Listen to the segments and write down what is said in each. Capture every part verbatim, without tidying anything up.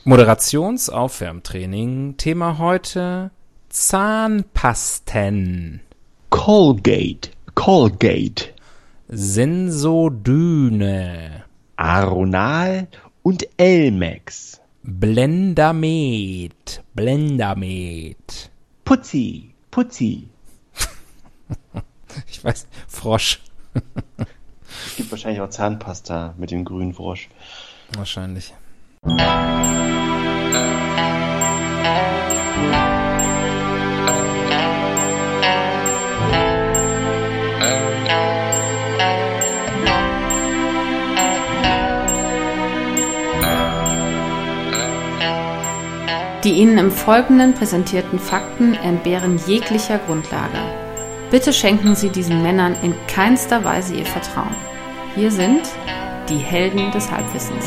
Moderationsaufwärmtraining. Thema heute Zahnpasten. Colgate. Colgate. Sensodyne. Aronal und Elmex. Blendamed. Blendamed. Putzi. Putzi. Ich weiß, Frosch. Es gibt wahrscheinlich auch Zahnpasta mit dem grünen Frosch. Wahrscheinlich. Die Ihnen im Folgenden präsentierten Fakten entbehren jeglicher Grundlage. Bitte schenken Sie diesen Männern in keinster Weise Ihr Vertrauen. Hier sind die Helden des Halbwissens.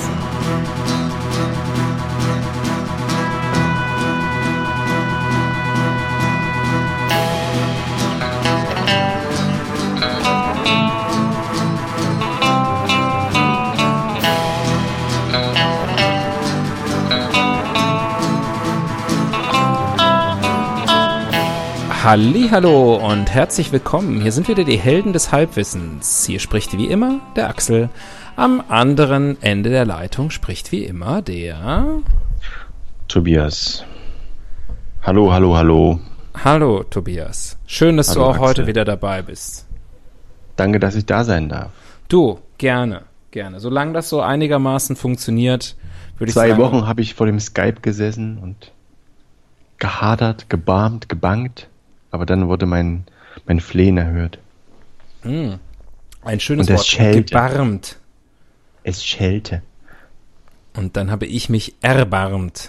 Hallihallo und herzlich willkommen. Hier sind wieder die Helden des Halbwissens. Hier spricht wie immer der Axel. Am anderen Ende der Leitung spricht wie immer der Tobias. Hallo, hallo, hallo. Hallo Tobias. Schön, dass hallo, du auch Axel. Heute wieder dabei bist. Danke, dass ich da sein darf. Du, gerne, gerne. Solange das so einigermaßen funktioniert, würde ich Zwei sagen... Zwei Wochen habe ich vor dem Skype gesessen und gehadert, gebarmt, gebangt. Aber dann wurde mein, mein Flehen erhört. Mm, ein schönes und Wort. Schellte. Gebarmt. Es schellte. Und dann habe ich mich erbarmt.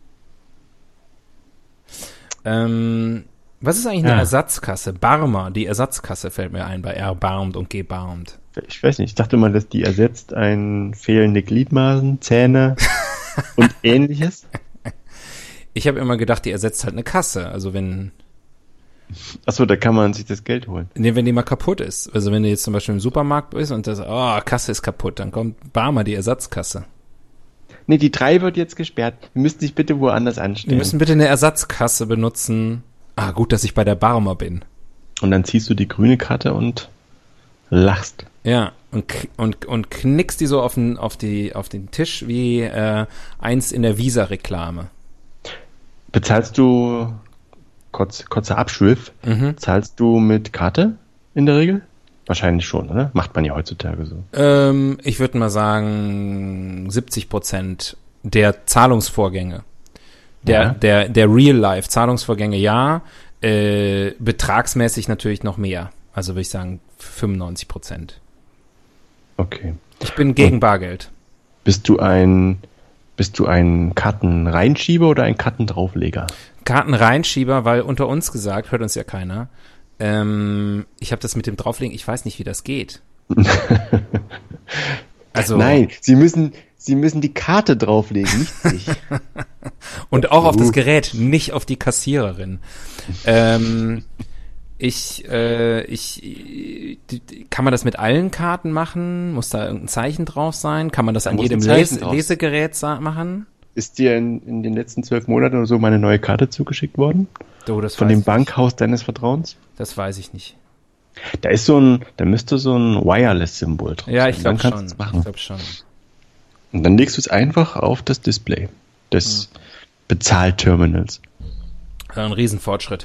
Ähm, was ist eigentlich eine ja. Ersatzkasse? Barmer, die Ersatzkasse fällt mir ein bei erbarmt und gebarmt. Ich weiß nicht, ich dachte mal, dass die ersetzt ein fehlende Gliedmaßen, Zähne und ähnliches. Ich habe immer gedacht, die ersetzt halt eine Kasse. Also wenn... Achso, da kann man sich das Geld holen. Nee, wenn die mal kaputt ist. Also wenn du jetzt zum Beispiel im Supermarkt bist und das, oh, Kasse ist kaputt, dann kommt Barmer, die Ersatzkasse. Nee, die drei wird jetzt gesperrt. Wir müssen dich bitte woanders anstellen. Wir müssen bitte eine Ersatzkasse benutzen. Ah, gut, dass ich bei der Barmer bin. Und dann ziehst du die grüne Karte und lachst. Ja, und, und, und knickst die so auf den, auf die, auf den Tisch wie äh, einst in der Visa-Reklame. Bezahlst du... Kurz, kurzer Abschwiff. Mhm. Zahlst du mit Karte in der Regel? Wahrscheinlich schon, oder? Macht man ja heutzutage so. Ähm, ich würde mal sagen, siebzig Prozent der Zahlungsvorgänge, der, ja. der, der Real-Life-Zahlungsvorgänge, ja, äh, betragsmäßig natürlich noch mehr. Also würde ich sagen, fünfundneunzig Prozent. Okay. Ich bin gegen Und Bargeld. Bist du ein, bist du ein Kartenreinschieber oder ein Kartendraufleger? Kartenreinschieber, weil unter uns gesagt, hört uns ja keiner, ähm, ich habe das mit dem Drauflegen, ich weiß nicht, wie das geht. Also Nein, Sie müssen, Sie müssen die Karte drauflegen, nicht sich. Und auch auf das Gerät, nicht auf die Kassiererin. ähm, ich, äh, ich, kann man das mit allen Karten machen? Muss da irgendein Zeichen drauf sein? Kann man das an jedem Les- Lesegerät sa- machen? Ist dir in, in den letzten zwölf Monaten oder so meine neue Karte zugeschickt worden? Oh, das Von dem Bankhaus deines Vertrauens? Das weiß ich nicht. Da ist so ein, da müsste so ein Wireless-Symbol drauf sein. Ja, ich glaube schon. Ich glaube schon. Und dann legst du es einfach auf das Display des hm. Bezahlterminals. Ein Riesenfortschritt.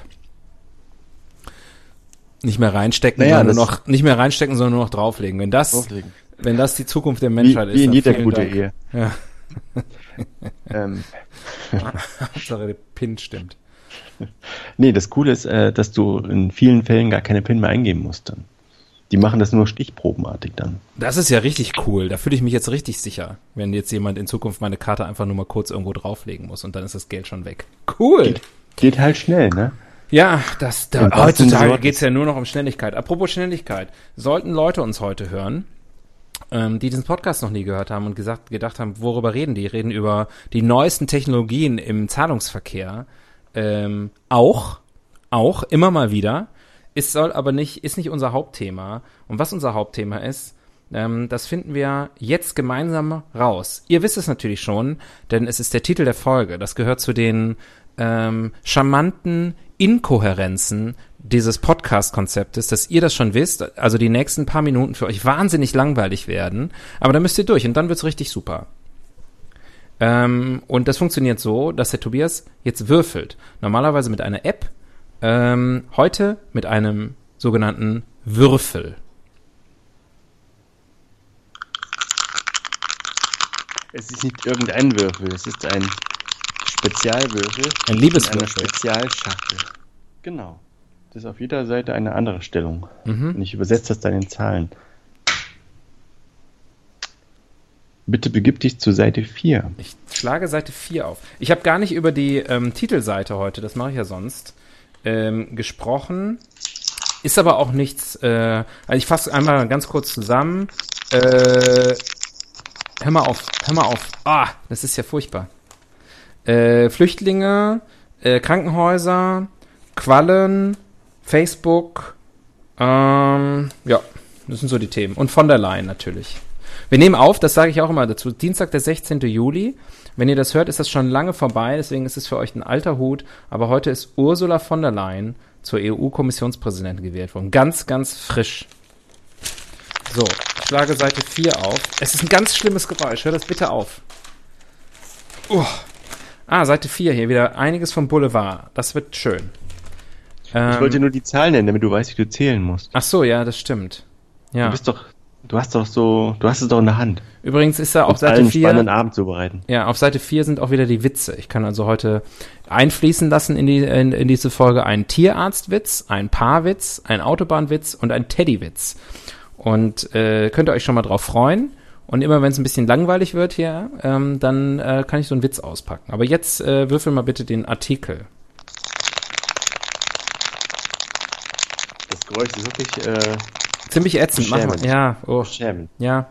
Nicht mehr reinstecken, naja, sondern nur noch, nicht mehr reinstecken, sondern nur noch drauflegen. Wenn das, drauflegen. wenn das die Zukunft der Menschheit wie, ist. Wie in jeder gute Dank. Ehe. Ja. ähm. Hauptsache der PIN stimmt. Nee, das Coole ist, äh, dass du in vielen Fällen gar keine PIN mehr eingeben musst dann. Die machen das nur stichprobenartig dann. Das ist ja richtig cool. Da fühle ich mich jetzt richtig sicher, wenn jetzt jemand in Zukunft meine Karte einfach nur mal kurz irgendwo drauflegen muss und dann ist das Geld schon weg. Cool. Geht, geht halt schnell, ne? Ja, das, da, heutzutage geht's ja nur noch um Schnelligkeit. Apropos Schnelligkeit. Sollten Leute uns heute hören, ähm, die diesen Podcast noch nie gehört haben und gesagt, gedacht haben, worüber reden die? Reden über die neuesten Technologien im Zahlungsverkehr. Ähm, auch, auch, immer mal wieder. Es soll aber nicht, ist nicht unser Hauptthema. Und was unser Hauptthema ist, Ähm, das finden wir jetzt gemeinsam raus. Ihr wisst es natürlich schon, denn es ist der Titel der Folge. Das gehört zu den ähm, charmanten Inkohärenzen dieses Podcast-Konzeptes, dass ihr das schon wisst, also die nächsten paar Minuten für euch wahnsinnig langweilig werden, aber dann müsst ihr durch und dann wird's richtig super. Ähm, und das funktioniert so, dass der Tobias jetzt würfelt. Normalerweise mit einer App, ähm, heute mit einem sogenannten Würfel. Es ist nicht irgendein Würfel, es ist ein Spezialwürfel. Ein Liebeswürfel. Eine Spezialschachtel. Genau. Das ist auf jeder Seite eine andere Stellung. Mhm. Und ich übersetze das dann in Zahlen. Bitte begib dich zu Seite vier. Ich schlage Seite vier auf. Ich habe gar nicht über die ähm, Titelseite heute, das mache ich ja sonst, ähm, gesprochen. Ist aber auch nichts, äh, also ich fasse einmal ganz kurz zusammen. Äh, hör mal auf, hör mal auf. Ah, das ist ja furchtbar. Äh, Flüchtlinge, äh, Krankenhäuser, Quallen, Facebook, ähm, ja, das sind so die Themen. Und von der Leyen natürlich. Wir nehmen auf, das sage ich auch immer dazu, Dienstag, der sechzehnten Juli. Wenn ihr das hört, ist das schon lange vorbei, deswegen ist es für euch ein alter Hut. Aber heute ist Ursula von der Leyen zur E U-Kommissionspräsidentin gewählt worden. Ganz, ganz frisch. So, ich schlage Seite vier auf. Es ist ein ganz schlimmes Geräusch, hör das bitte auf. Uh. Ah, Seite vier hier wieder, einiges vom Boulevard. Das wird schön. Ähm, ich wollte nur die Zahlen nennen, damit du weißt, wie du zählen musst. Ach so, ja, das stimmt. Ja. Du bist doch, du hast doch so, du hast es doch in der Hand. Übrigens ist da auf Und Seite allen vier... spannenden Abend zubereiten. Ja, auf Seite vier sind auch wieder die Witze. Ich kann also heute einfließen lassen in, die, in, in diese Folge einen Tierarztwitz, einen Paarwitz, einen Autobahnwitz und einen Teddywitz. Und äh, könnt ihr euch schon mal drauf freuen. Und immer wenn es ein bisschen langweilig wird hier, ähm, dann äh, kann ich so einen Witz auspacken. Aber jetzt äh, würfel mal bitte den Artikel. Das Geräusch ist wirklich äh, ziemlich ätzend. Mach mal. Ja, oh. Schämen. Ja.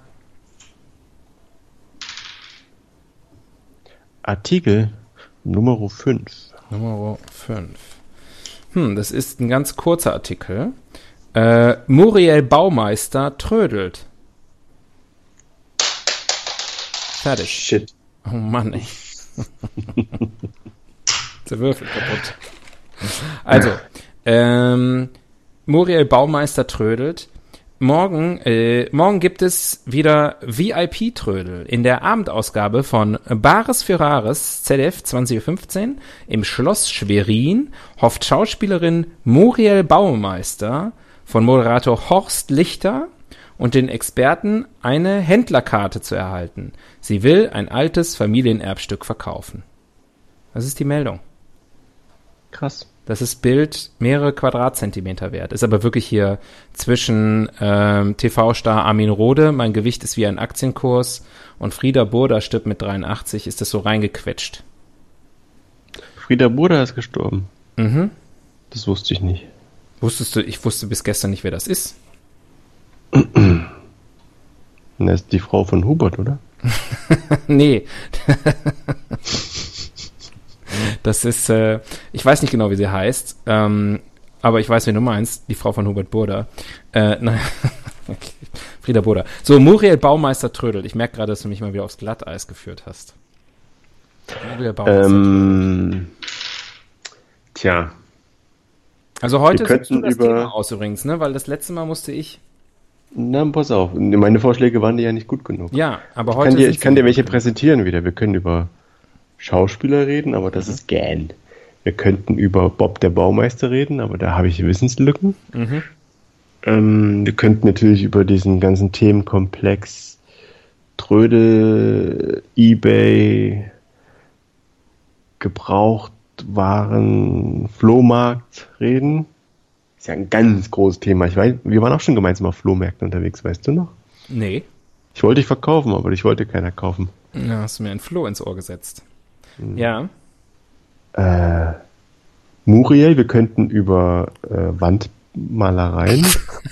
Artikel Nummer fünf. Nummer fünf. Hm, das ist ein ganz kurzer Artikel. Äh, Muriel Baumeister trödelt. Fertig. Shit. Oh Mann, ey. Der Würfel kaputt. Also, ähm, Muriel Baumeister trödelt. Morgen, äh, morgen gibt es wieder V I P-Trödel in der Abendausgabe von Bares für Rares Z D F zwanzig Uhr fünfzehn. Im Schloss Schwerin hofft Schauspielerin Muriel Baumeister von Moderator Horst Lichter und den Experten eine Händlerkarte zu erhalten. Sie will ein altes Familienerbstück verkaufen. Das ist die Meldung. Krass. Das ist Bild mehrere Quadratzentimeter wert. Ist aber wirklich hier zwischen ähm, T V-Star Armin Rohde, mein Gewicht ist wie ein Aktienkurs, und Frieda Burda stirbt mit dreiundachtzig, ist das so reingequetscht. Frieda Burda ist gestorben. Mhm. Das wusste ich nicht. Wusstest du, ich wusste bis gestern nicht, wer das ist. Das ist die Frau von Hubert, oder? Nee. Das ist, äh, ich weiß nicht genau, wie sie heißt, ähm, aber ich weiß, wen du meinst, die Frau von Hubert Burda. Äh, nein, okay. Frieda Burda. So, Muriel Baumeister trödelt. Ich merke gerade, dass du mich mal wieder aufs Glatteis geführt hast. Muriel Baumeister ähm, trödelt. Tja. Also heute suchst du das über... Thema aus übrigens, ne? Weil das letzte Mal musste ich... Na, pass auf. Meine Vorschläge waren dir ja nicht gut genug. Ja, aber ich heute... Kann dir, ich kann dir welche präsentieren wieder. Wir können über Schauspieler reden, aber das mhm. ist gern. Wir könnten über Bob der Baumeister reden, aber da habe ich Wissenslücken. Mhm. Ähm, wir könnten natürlich über diesen ganzen Themenkomplex Trödel, eBay, Gebrauchtwaren, Flohmarkt reden. Ist ja ein ganz großes Thema. Ich weiß, wir waren auch schon gemeinsam auf Flohmärkten unterwegs, weißt du noch? Nee. Ich wollte dich verkaufen, aber ich wollte keiner kaufen. Ja, hast du mir ein Floh ins Ohr gesetzt. Hm. Ja. Äh, Muriel, wir könnten über äh, Wandmalereien.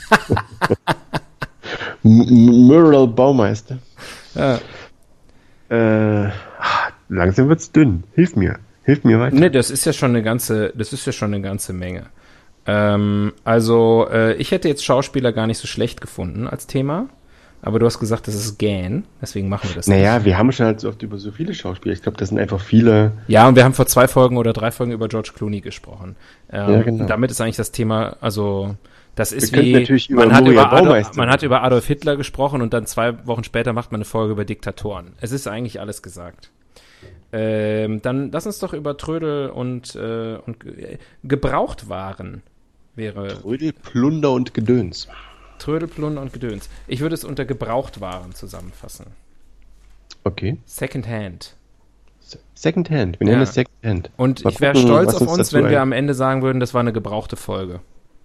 Mural Baumeister. Ja. Äh, langsam wird's dünn. Hilf mir. Hilf mir weiter. Nee, das ist ja schon eine ganze, das ist ja schon eine ganze Menge. Ähm, also, äh, ich hätte jetzt Schauspieler gar nicht so schlecht gefunden als Thema. Aber du hast gesagt, das ist gähn, deswegen machen wir das naja, nicht. Naja, wir haben schon halt so oft über so viele Schauspieler. Ich glaube, das sind einfach viele. Ja, und wir haben vor zwei Folgen oder drei Folgen über George Clooney gesprochen. Ähm, ja, genau. Damit ist eigentlich das Thema, also das ist wir wie, natürlich über man hat über, Adolf, man hat über Adolf Hitler gesprochen und dann zwei Wochen später macht man eine Folge über Diktatoren. Es ist eigentlich alles gesagt. Ähm, dann lass uns doch über Trödel und, äh, und äh, Gebrauchtwaren wäre. Trödel, Plunder und Gedöns. Trödel, Plunder und Gedöns. Ich würde es unter Gebrauchtwaren zusammenfassen. Okay. Secondhand. Secondhand, wir nennen ja. es Secondhand. Und Mal ich wäre gucken, stolz auf uns, uns, wenn ein... wir am Ende sagen würden, das war eine gebrauchte Folge.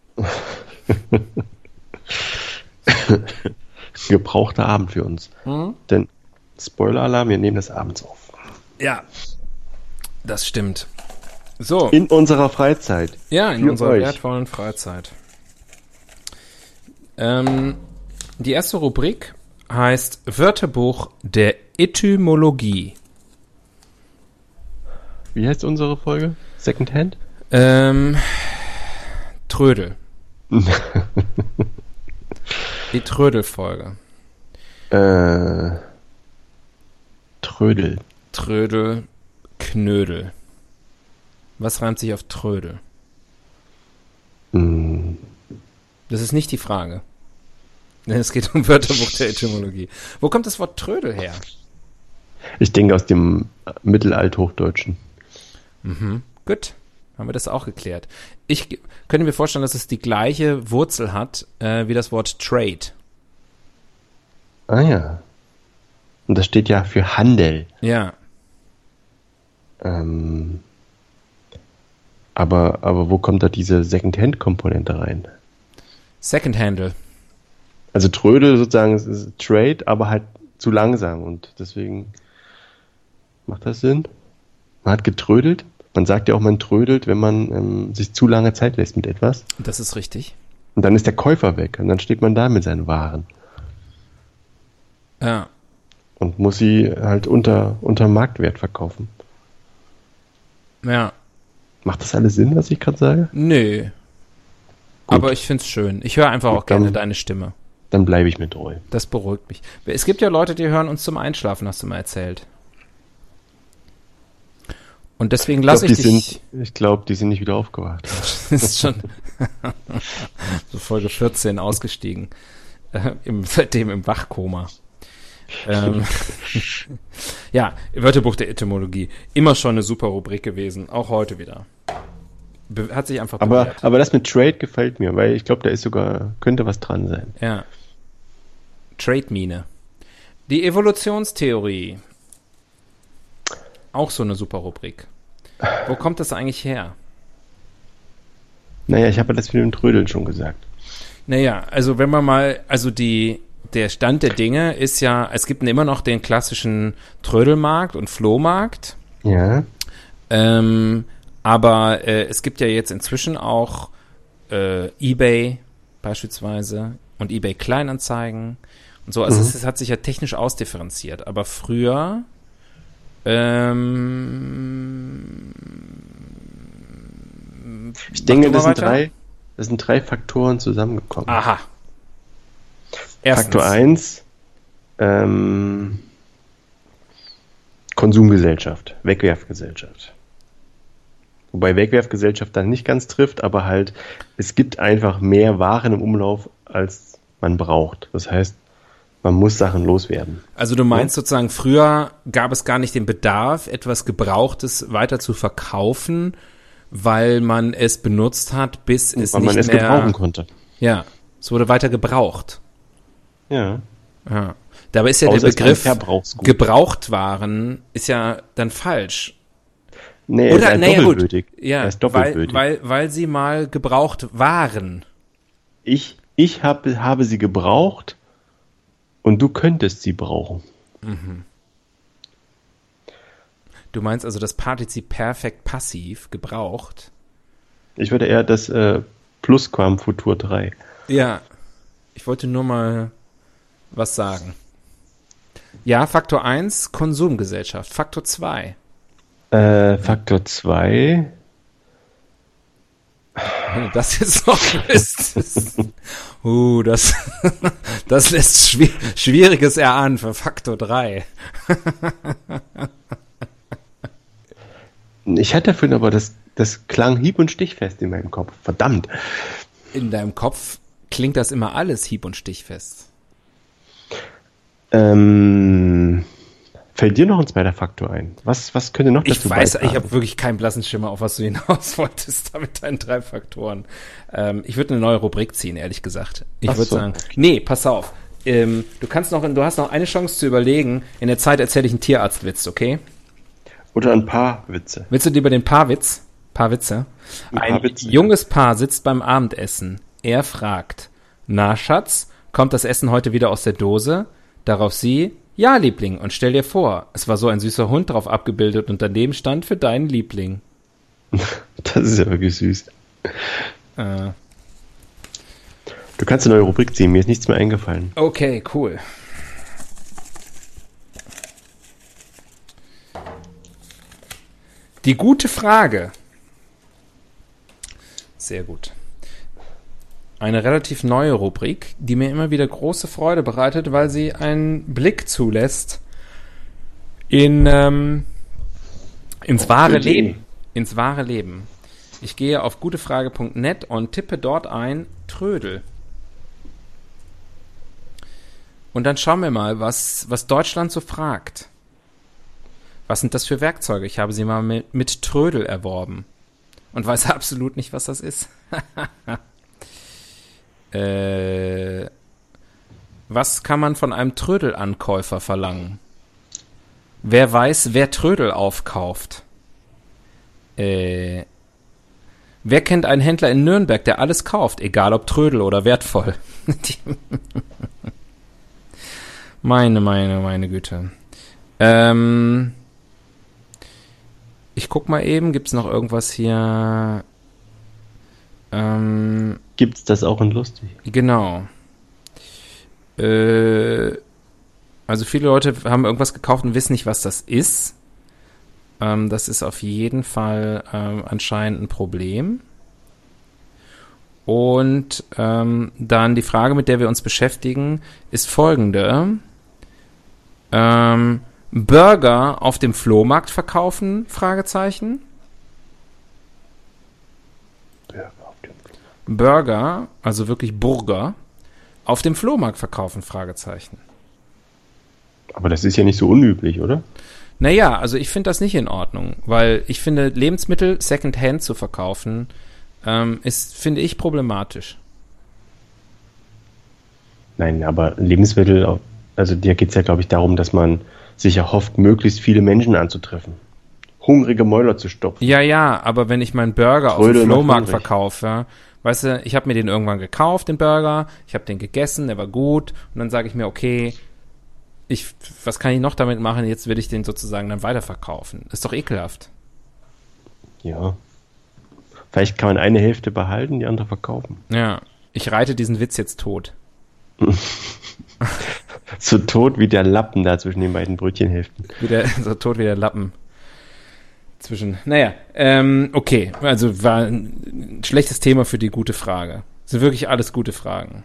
Gebrauchter Abend für uns. Hm? Denn, Spoiler-Alarm, wir nehmen das abends auf. Ja, das stimmt. So. In unserer Freizeit. Ja, in unserer euch. wertvollen Freizeit. Ähm, die erste Rubrik heißt Wörterbuch der Etymologie. Wie heißt unsere Folge? Secondhand? Ähm, Trödel. Die Trödel-Folge. Äh, Trödel. Trödel, Knödel. Was reimt sich auf Trödel? Mm. Das ist nicht die Frage. Denn es geht um Wörterbuch der Etymologie. Wo kommt das Wort Trödel her? Ich denke aus dem Mittelalthochdeutschen. Mhm. Gut, haben wir das auch geklärt. Ich könnte mir vorstellen, dass es die gleiche Wurzel hat äh, wie das Wort Trade. Ah ja. Und das steht ja für Handel. Ja. Ähm, aber, aber wo kommt da diese Second-Hand-Komponente rein? Second-Handle. Also Trödel sozusagen ist, ist Trade, aber halt zu langsam und deswegen macht das Sinn. Man hat getrödelt. Man sagt ja auch, man trödelt, wenn man ähm, sich zu lange Zeit lässt mit etwas. Das ist richtig. Und dann ist der Käufer weg und dann steht man da mit seinen Waren. Ja. Und muss sie halt unter, unter Marktwert verkaufen. Ja. Macht das alles Sinn, was ich gerade sage? Nö. Gut. Aber ich find's schön. Ich höre einfach auch dann, gerne deine Stimme. Dann bleibe ich mir treu. Das beruhigt mich. Es gibt ja Leute, die hören uns zum Einschlafen, hast du mal erzählt. Und deswegen lasse ich, ich dich... Sind, ich glaube, die sind nicht wieder aufgewacht. Das ist schon so Folge vierzehn ausgestiegen. Äh, im, seitdem im Wachkoma. ähm, ja, Wörterbuch der Etymologie. Immer schon eine super Rubrik gewesen. Auch heute wieder. Be- hat sich einfach aber, bewährt. aber das mit Trade gefällt mir, weil ich glaube, da ist sogar, könnte was dran sein. Ja. Trade-Mine. Die Evolutionstheorie. Auch so eine super Rubrik. Wo kommt das eigentlich her? Naja, ich habe das mit dem Trödeln schon gesagt. Naja, also wenn man mal, also die, der Stand der Dinge ist ja, es gibt immer noch den klassischen Trödelmarkt und Flohmarkt. Ja. Ähm, aber äh, es gibt ja jetzt inzwischen auch äh, eBay beispielsweise und eBay Kleinanzeigen und so. Also mhm. es, es hat sich ja technisch ausdifferenziert. Aber früher ähm, ich denke, das sind, drei, das sind drei Faktoren zusammengekommen. Aha. Erstens. Faktor eins, ähm, Konsumgesellschaft, Wegwerfgesellschaft. Wobei Wegwerfgesellschaft dann nicht ganz trifft, aber halt, es gibt einfach mehr Waren im Umlauf, als man braucht. Das heißt, man muss Sachen loswerden. Also du meinst ja? sozusagen, früher gab es gar nicht den Bedarf, etwas Gebrauchtes weiter zu verkaufen, weil man es benutzt hat, bis es weil nicht man es mehr... gebrauchen konnte. Ja, es wurde weiter gebraucht. Ja. Ja. Dabei ist ja Außer der Begriff Gebrauchtwaren ist ja dann falsch. Nee, Oder, er ist naja, doppelbödig. Gut. Ja, er ist doppelbödig. Weil, weil, weil sie mal gebraucht waren. Ich, ich hab, habe sie gebraucht und du könntest sie brauchen. Mhm. Du meinst also das Partizip Perfekt passiv, gebraucht? Ich würde eher das äh, Plusquamfutur drei. Ja, ich wollte nur mal was sagen. Ja, Faktor eins, Konsumgesellschaft. Faktor zwei. Äh, Faktor zwei. Wenn du das jetzt noch wüsstest. Uh, das, das lässt schwier- Schwieriges erahnen für Faktor drei. Ich hatte vorhin aber das, das klang hieb- und stichfest in meinem Kopf. Verdammt. In deinem Kopf klingt das immer alles hieb- und stichfest. Ähm, fällt dir noch ein zweiter Faktor ein? Was, was könnte noch dazu Ich weiß, beitragen? ich habe wirklich keinen blassen Schimmer, auf was du hinaus wolltest da mit deinen drei Faktoren. Ähm, ich würde eine neue Rubrik ziehen, ehrlich gesagt. Ich würde so. sagen, nee, pass auf. Ähm, du kannst noch, du hast noch eine Chance zu überlegen. In der Zeit erzähle ich einen Tierarztwitz, okay? Oder ein paar Witze. Willst du lieber den Paarwitz? Paarwitze? Ein Ein paar Witze. junges Paar sitzt beim Abendessen. Er fragt, na Schatz, kommt das Essen heute wieder aus der Dose? Darauf sie, ja Liebling, und stell dir vor, es war so ein süßer Hund drauf abgebildet und daneben stand für deinen Liebling. Das ist ja wirklich süß. Äh, Du kannst eine neue Rubrik ziehen, mir ist nichts mehr eingefallen. okay, cool. Die gute Frage. Sehr gut. Eine relativ neue Rubrik, die mir immer wieder große Freude bereitet, weil sie einen Blick zulässt in, ähm, ins wahre Idee. Leben. Ins wahre Leben. Ich gehe auf gutefrage punkt net und tippe dort ein Trödel. Und dann schauen wir mal, was, was Deutschland so fragt. Was sind das für Werkzeuge? Ich habe sie mal mit, mit Trödel erworben. Und weiß absolut nicht, was das ist. äh, was kann man von einem Trödelankäufer verlangen? Wer weiß, wer Trödel aufkauft? Äh, wer kennt einen Händler in Nürnberg, der alles kauft, egal ob Trödel oder wertvoll? meine, meine, meine Güte. Ähm... Ich guck mal eben, gibt's noch irgendwas hier? Ähm, Gibt's das auch in lustig? genau. Äh, also viele Leute haben irgendwas gekauft und wissen nicht, was das ist. Ähm, das ist auf jeden Fall ähm, anscheinend ein Problem. Und ähm, dann die Frage, mit der wir uns beschäftigen, ist folgende. Ähm, Burger auf dem Flohmarkt verkaufen? Fragezeichen. Burger auf dem Flohmarkt. Burger, also wirklich Burger, auf dem Flohmarkt verkaufen? Fragezeichen. Aber das ist ja nicht so unüblich, oder? Naja, also ich finde das nicht in Ordnung, weil ich finde, Lebensmittel Secondhand zu verkaufen, ähm, ist, finde ich, problematisch. Nein, aber Lebensmittel, also dir geht es ja, glaube ich, darum, dass man sich erhofft, möglichst viele Menschen anzutreffen. Hungrige Mäuler zu stopfen. Ja, ja, aber wenn ich meinen Burger Trödel auf dem macht Flohmarkt hungrig. verkaufe, weißt du, ich habe mir den irgendwann gekauft, den Burger, ich habe den gegessen, der war gut, und dann sage ich mir, okay, ich, was kann ich noch damit machen? Jetzt will ich den sozusagen dann weiterverkaufen. Ist doch ekelhaft. Ja. Vielleicht kann man eine Hälfte behalten, die andere verkaufen. Ja, ich reite diesen Witz jetzt tot. So tot wie der Lappen da zwischen den beiden Brötchenhälften. Wieder, so tot wie der Lappen. Zwischen, naja, ähm, okay, also war ein schlechtes Thema für die gute Frage. Das sind wirklich alles gute Fragen.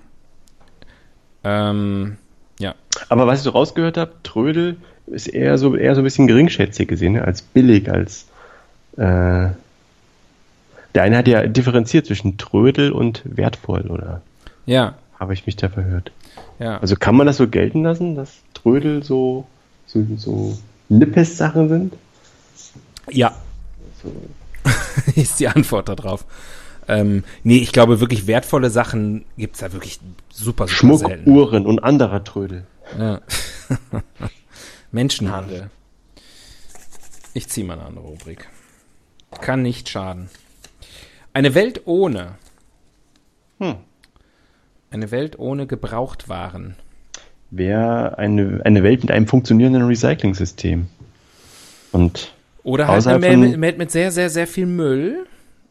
Ähm, ja. Aber was ich so rausgehört habe, Trödel ist eher so, eher so ein bisschen geringschätzig gesehen, ne? Als billig, als äh, der eine hat ja differenziert zwischen Trödel und wertvoll, oder Ja, habe ich mich da verhört? ja. Also kann man das so gelten lassen, dass Trödel so, so, so Nippes-Sachen sind? Ja, So. ist die Antwort darauf. Ähm, nee, ich glaube wirklich wertvolle Sachen gibt's da wirklich super, super Schmuck, selten. Uhren und anderer Trödel. Ja. Menschenhandel. Ich ziehe mal eine andere Rubrik. Kann nicht schaden. Eine Welt ohne. Hm. Eine Welt ohne Gebrauchtwaren. Wäre eine, eine Welt mit einem funktionierenden Recycling-System. Und Oder halt eine außerhalb Welt von- mit, mit sehr, sehr, sehr viel Müll.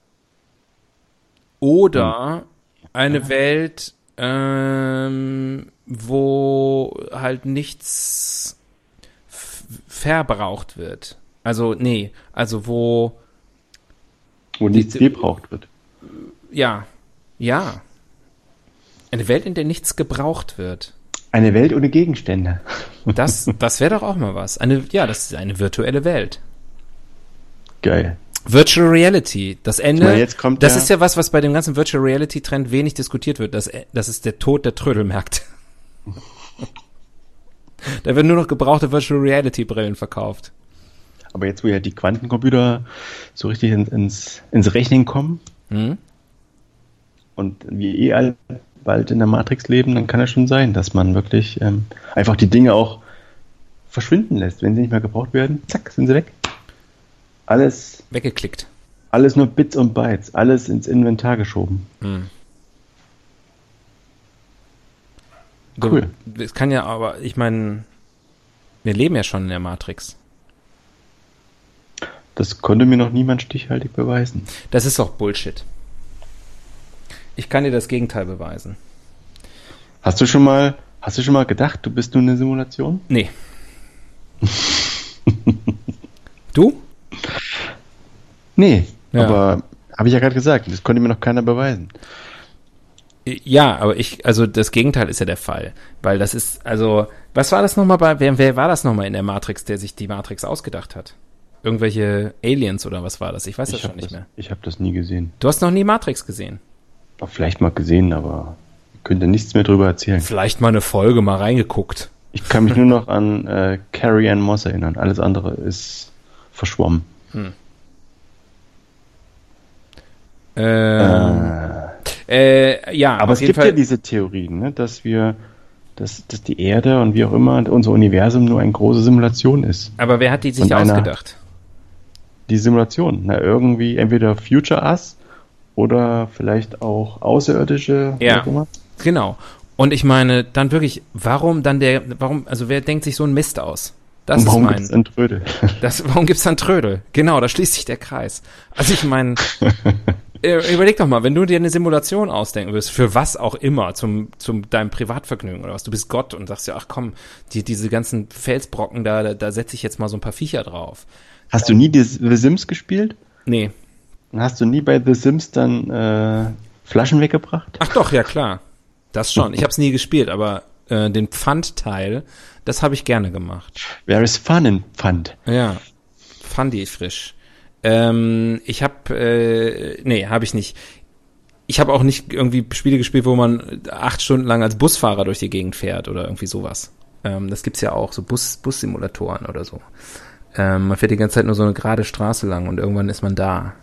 Oder eine Welt, ähm, wo halt nichts f- verbraucht wird. Also, nee, also wo, wo nichts die- gebraucht wird. ja, ja. Eine Welt, in der nichts gebraucht wird. Eine Welt ohne Gegenstände. Das, das wäre doch auch mal was. Eine, ja, das ist eine virtuelle Welt. Geil. Virtual Reality, das Ende, Ich meine, jetzt kommt das ja- ist ja was, was bei dem ganzen Virtual Reality Trend wenig diskutiert wird. Das, das ist der Tod der Trödelmärkte. Da werden nur noch gebrauchte Virtual Reality Brillen verkauft. Aber jetzt, wo ja die Quantencomputer so richtig ins, ins, ins Rechnen kommen Hm? und wir eh alle bald in der Matrix leben, dann kann es schon sein, dass man wirklich ähm, einfach die Dinge auch verschwinden lässt. Wenn sie nicht mehr gebraucht werden, zack, sind sie weg. Alles, Weggeklickt. alles nur Bits und Bytes, alles ins Inventar geschoben. Hm. Cool. Es kann ja aber, ich meine, wir leben ja schon in der Matrix. Das konnte mir noch niemand stichhaltig beweisen. Das ist doch Bullshit. Ich kann dir das Gegenteil beweisen. Hast du schon mal, hast du schon mal gedacht, du bist nur eine Simulation? Nee. Du? Nee, Ja. aber habe ich ja gerade gesagt, das konnte mir noch keiner beweisen. Ja, aber ich, also das Gegenteil ist ja der Fall. Weil das ist, also, was war das nochmal bei, wer, wer war das nochmal in der Matrix, der sich die Matrix ausgedacht hat? Irgendwelche Aliens oder was war das? Ich weiß das Ich schon habe nicht das, mehr. ich hab das nie gesehen. Du hast noch nie Matrix gesehen. Auch vielleicht mal gesehen, aber ich könnte nichts mehr drüber erzählen. Vielleicht mal eine Folge mal reingeguckt. Ich kann mich nur noch an äh, Carrie Ann Moss erinnern. Alles andere ist verschwommen. Hm. Ähm, äh, ja, Aber auf es jeden gibt Fall. ja diese Theorien, ne, dass wir, dass, dass die Erde und wie auch immer unser Universum nur eine große Simulation ist. Aber wer hat die sich Und einer- ausgedacht? Die Simulation, na, irgendwie entweder Future Us oder vielleicht auch Außerirdische. Ja. wie auch immer. Genau. Und ich meine, dann wirklich, warum dann der, warum, also wer denkt sich so einen Mist aus? Das Und warum ist gibt's mein, ein Trödel? das, warum gibt's dann Trödel? Genau, da schließt sich der Kreis. Also ich meine, äh, überleg doch mal, wenn du dir eine Simulation ausdenken wirst, für was auch immer, zum, zum deinem Privatvergnügen oder was, du bist Gott und sagst ja, ach komm, die, diese ganzen Felsbrocken, da, da, da setze ich jetzt mal so ein paar Viecher drauf. Hast du nie die The Sims gespielt? Nee. Und hast du nie bei The Sims dann äh, Flaschen weggebracht? Ach doch, ja klar. Das schon. Ich habe es nie gespielt, aber äh, den Pfandteil, das habe ich gerne gemacht. There is fun in Pfand. Ja, Pfandi frisch. Ähm, ich habe, äh, nee, habe ich nicht. Ich habe auch nicht irgendwie Spiele gespielt, wo man acht Stunden lang als Busfahrer durch die Gegend fährt oder irgendwie sowas. Ähm, das gibt's ja auch, so Bus, Bussimulatoren oder so. Ähm, man fährt die ganze Zeit nur so eine gerade Straße lang und irgendwann ist man da.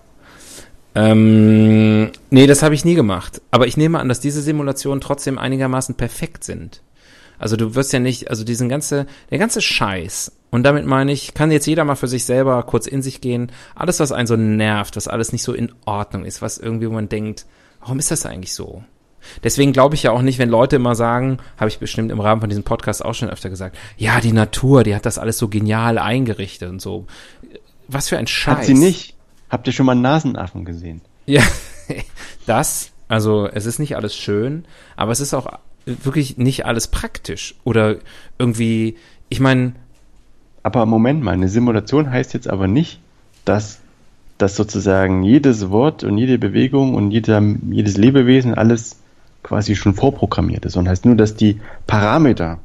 Ähm, nee, das habe ich nie gemacht. Aber ich nehme an, dass diese Simulationen trotzdem einigermaßen perfekt sind. Also du wirst ja nicht, also diesen ganze, der ganze Scheiß, und damit meine ich, kann jetzt jeder mal für sich selber kurz in sich gehen, alles, was einen so nervt, was alles nicht so in Ordnung ist, was irgendwie, wo man denkt, warum ist das eigentlich so? Deswegen glaube ich ja auch nicht, wenn Leute immer sagen, habe ich bestimmt im Rahmen von diesem Podcast auch schon öfter gesagt, ja, die Natur, die hat das alles so genial eingerichtet und so. Was für ein Scheiß. Hat sie nicht. Habt ihr schon mal einen Nasenaffen gesehen? Ja, das, also es ist nicht alles schön, aber es ist auch wirklich nicht alles praktisch oder irgendwie, ich meine, Aber Moment mal, eine Simulation heißt jetzt aber nicht, dass, dass sozusagen jedes Wort und jede Bewegung und jeder, jedes Lebewesen alles quasi schon vorprogrammiert ist, sondern heißt nur, dass die Parameter,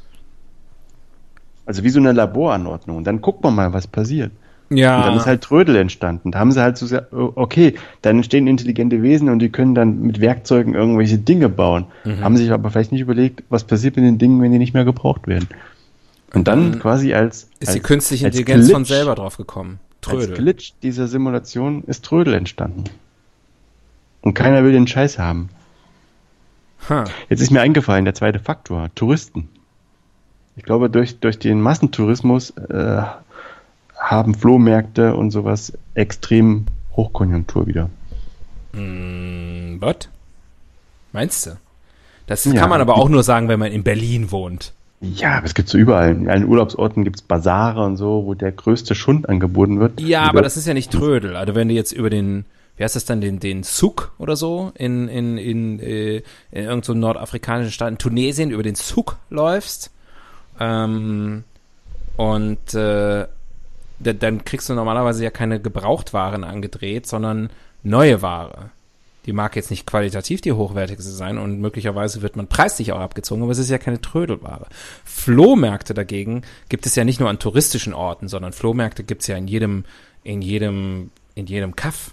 also wie so eine Laboranordnung, dann guckt man mal, was passiert. ja, Und dann ist halt Trödel entstanden. Da haben sie halt so gesagt, okay, dann entstehen intelligente Wesen und die können dann mit Werkzeugen irgendwelche Dinge bauen. Mhm. Haben sich aber vielleicht nicht überlegt, was passiert mit den Dingen, wenn die nicht mehr gebraucht werden. Und dann, dann quasi als ist als, die künstliche als Intelligenz Glitch, von selber drauf gekommen. Als Trödel. Glitch dieser Simulation ist Trödel entstanden. Und keiner will den Scheiß haben. Ha. Jetzt ist mir eingefallen, der zweite Faktor, Touristen. Ich glaube, durch, durch den Massentourismus äh, haben Flohmärkte und sowas extrem Hochkonjunktur wieder. Mm, what? Meinst du? Das Ja. kann man aber auch nur sagen, wenn man in Berlin wohnt. Ja, aber es gibt so überall. In allen Urlaubsorten gibt es Basare und so, wo der größte Schund angeboten wird. Ja, Und aber dort- das ist ja nicht Trödel. Also wenn du jetzt über den, wie heißt das dann, den, den Souk oder so, in, in, in, äh, in irgendeinem so nordafrikanischen Staat, in Tunesien, über den Souk läufst, ähm, und äh, da- dann kriegst du normalerweise ja keine Gebrauchtwaren angedreht, sondern neue Ware, Die mag jetzt nicht qualitativ die hochwertigste sein und möglicherweise wird man preislich auch abgezogen, aber es ist ja keine Trödelware. Flohmärkte dagegen gibt es ja nicht nur an touristischen Orten, sondern Flohmärkte gibt es ja in jedem, in jedem, in jedem Kaff.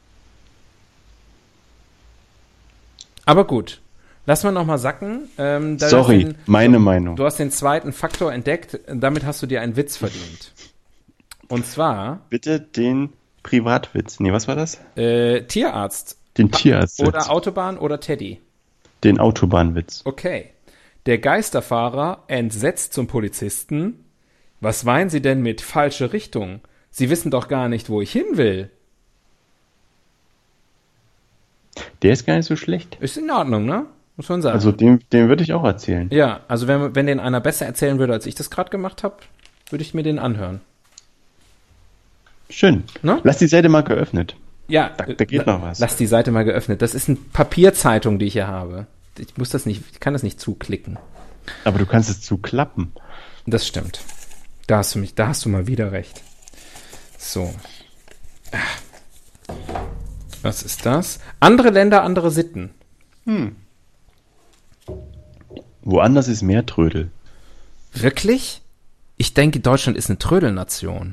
Aber gut, lass mal noch mal sacken. Ähm, da Sorry, den, meine du, Meinung. Du hast den zweiten Faktor entdeckt, damit hast du dir einen Witz verdient. Und zwar... Bitte den Privatwitz. Nee, was war das? Äh, Tierarzt. Den Tierarzt. Oder Autobahn oder Teddy. Den Autobahnwitz. Okay. Der Geisterfahrer entsetzt zum Polizisten. Was meinen Sie denn mit falsche Richtung? Sie wissen doch gar nicht, wo ich hin will. Der ist gar nicht so schlecht. Ist in Ordnung, ne? Muss man sagen. Also den, den würde ich auch erzählen. Ja, also wenn, wenn den einer besser erzählen würde, als ich das gerade gemacht habe, würde ich mir den anhören. Schön. Ne? Lass die Seite mal geöffnet. Ja, da, da geht la- noch was. Lass die Seite mal geöffnet. Das ist eine Papierzeitung, die ich hier habe. Ich muss das nicht, ich kann das nicht zuklicken. Aber du kannst es zuklappen. Das stimmt. Da hast du mich, da hast du mal wieder recht. So. Was ist das? Andere Länder, andere Sitten. Hm. Woanders ist mehr Trödel. Wirklich? Ich denke, Deutschland ist eine Trödelnation.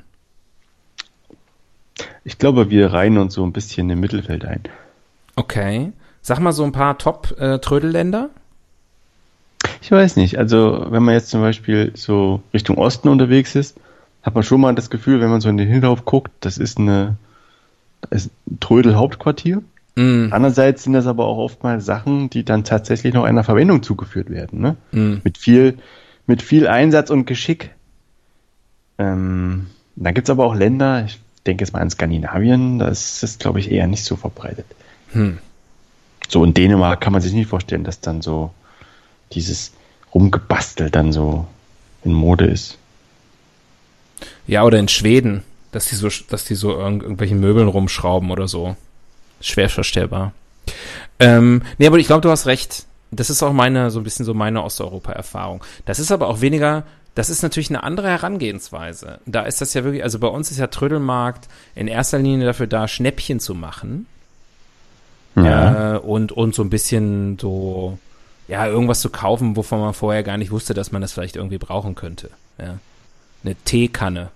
Ich glaube, wir reihen uns so ein bisschen im Mittelfeld ein. Okay. Sag mal so ein paar Top-Trödelländer. Ich weiß nicht. Also, wenn man jetzt zum Beispiel so Richtung Osten unterwegs ist, hat man schon mal das Gefühl, wenn man so in den Hinterhof guckt, das ist eine das ist ein Trödel-Hauptquartier. Mm. Andererseits sind das aber auch oftmals Sachen, die dann tatsächlich noch einer Verwendung zugeführt werden. Ne? Mm. Mit viel, mit viel Einsatz und Geschick. Ähm, dann gibt es aber auch Länder, ich denke jetzt mal an Skandinavien, da ist das, glaube ich, eher nicht so verbreitet. Hm. So in Dänemark kann man sich nicht vorstellen, dass dann so dieses Rumgebastelt dann so in Mode ist. Ja, oder in Schweden, dass die so, dass die so irg- irgendwelche Möbeln rumschrauben oder so. Schwer verstellbar. Ähm, nee, aber ich glaube, du hast recht. Das ist auch meine, so ein bisschen so meine Osteuropa-Erfahrung. Das ist aber auch weniger, das ist natürlich eine andere Herangehensweise. Da ist das ja wirklich, also bei uns ist ja Trödelmarkt in erster Linie dafür da, Schnäppchen zu machen. Ja. Äh, und, und so ein bisschen so, ja, irgendwas zu kaufen, wovon man vorher gar nicht wusste, dass man das vielleicht irgendwie brauchen könnte. Ja. Eine Teekanne.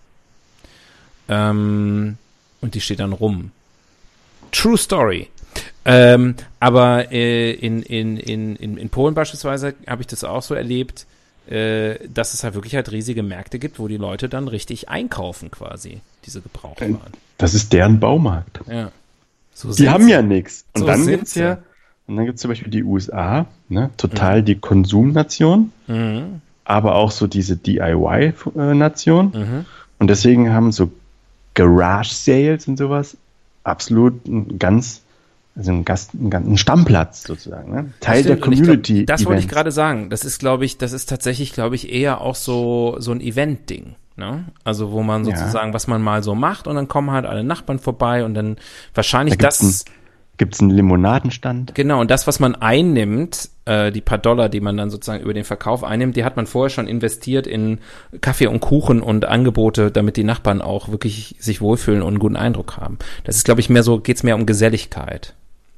Ähm, und die steht dann rum. True Story. Ähm, aber äh, in, in, in, in, in Polen beispielsweise habe ich das auch so erlebt, äh, dass es halt wirklich halt riesige Märkte gibt, wo die Leute dann richtig einkaufen quasi, diese Gebrauchwaren. Das ist deren Baumarkt. Ja. So Die haben ja nichts. Und So dann sind gibt's sie. ja, und dann gibt's zum Beispiel die U S A, ne, total die Konsumnation, Mhm. aber auch so diese D I Y-Nation. Mhm. Und deswegen haben so Garage-Sales und sowas absolut ein ganz, also ein, Gast, ein, ganz- ein Stammplatz sozusagen, ne? Teil der Stimmt, und ich glaub, Community. Das wollte ich Events. gerade sagen. Das ist, glaube ich, das ist tatsächlich, glaube ich, eher auch so, so ein Event-Ding. Ne? Also wo man Ja. sozusagen, was man mal so macht und dann kommen halt alle Nachbarn vorbei und dann wahrscheinlich Da gibt's das, Gibt's einen Limonadenstand? genau, und das, was man einnimmt, äh, die paar Dollar, die man dann sozusagen über den Verkauf einnimmt, die hat man vorher schon investiert in Kaffee und Kuchen und Angebote, damit die Nachbarn auch wirklich sich wohlfühlen und einen guten Eindruck haben. Das ist, glaube ich, mehr so, geht's mehr um Geselligkeit.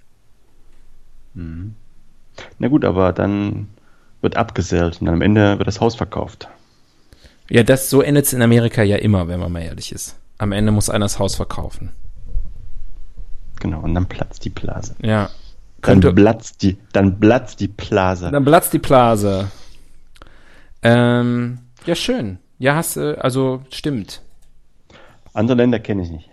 Na gut, aber dann wird abgesellt und am Ende wird das Haus verkauft. Ja, das, so endet's in Amerika ja immer, wenn man mal ehrlich ist. Am Ende muss einer das Haus verkaufen. Genau, und dann platzt die Blase. Ja. Dann Könnte, platzt die, dann platzt die Blase. dann platzt die Blase. Ähm, ja, schön. Ja, hast du, also stimmt. Andere Länder kenne ich nicht.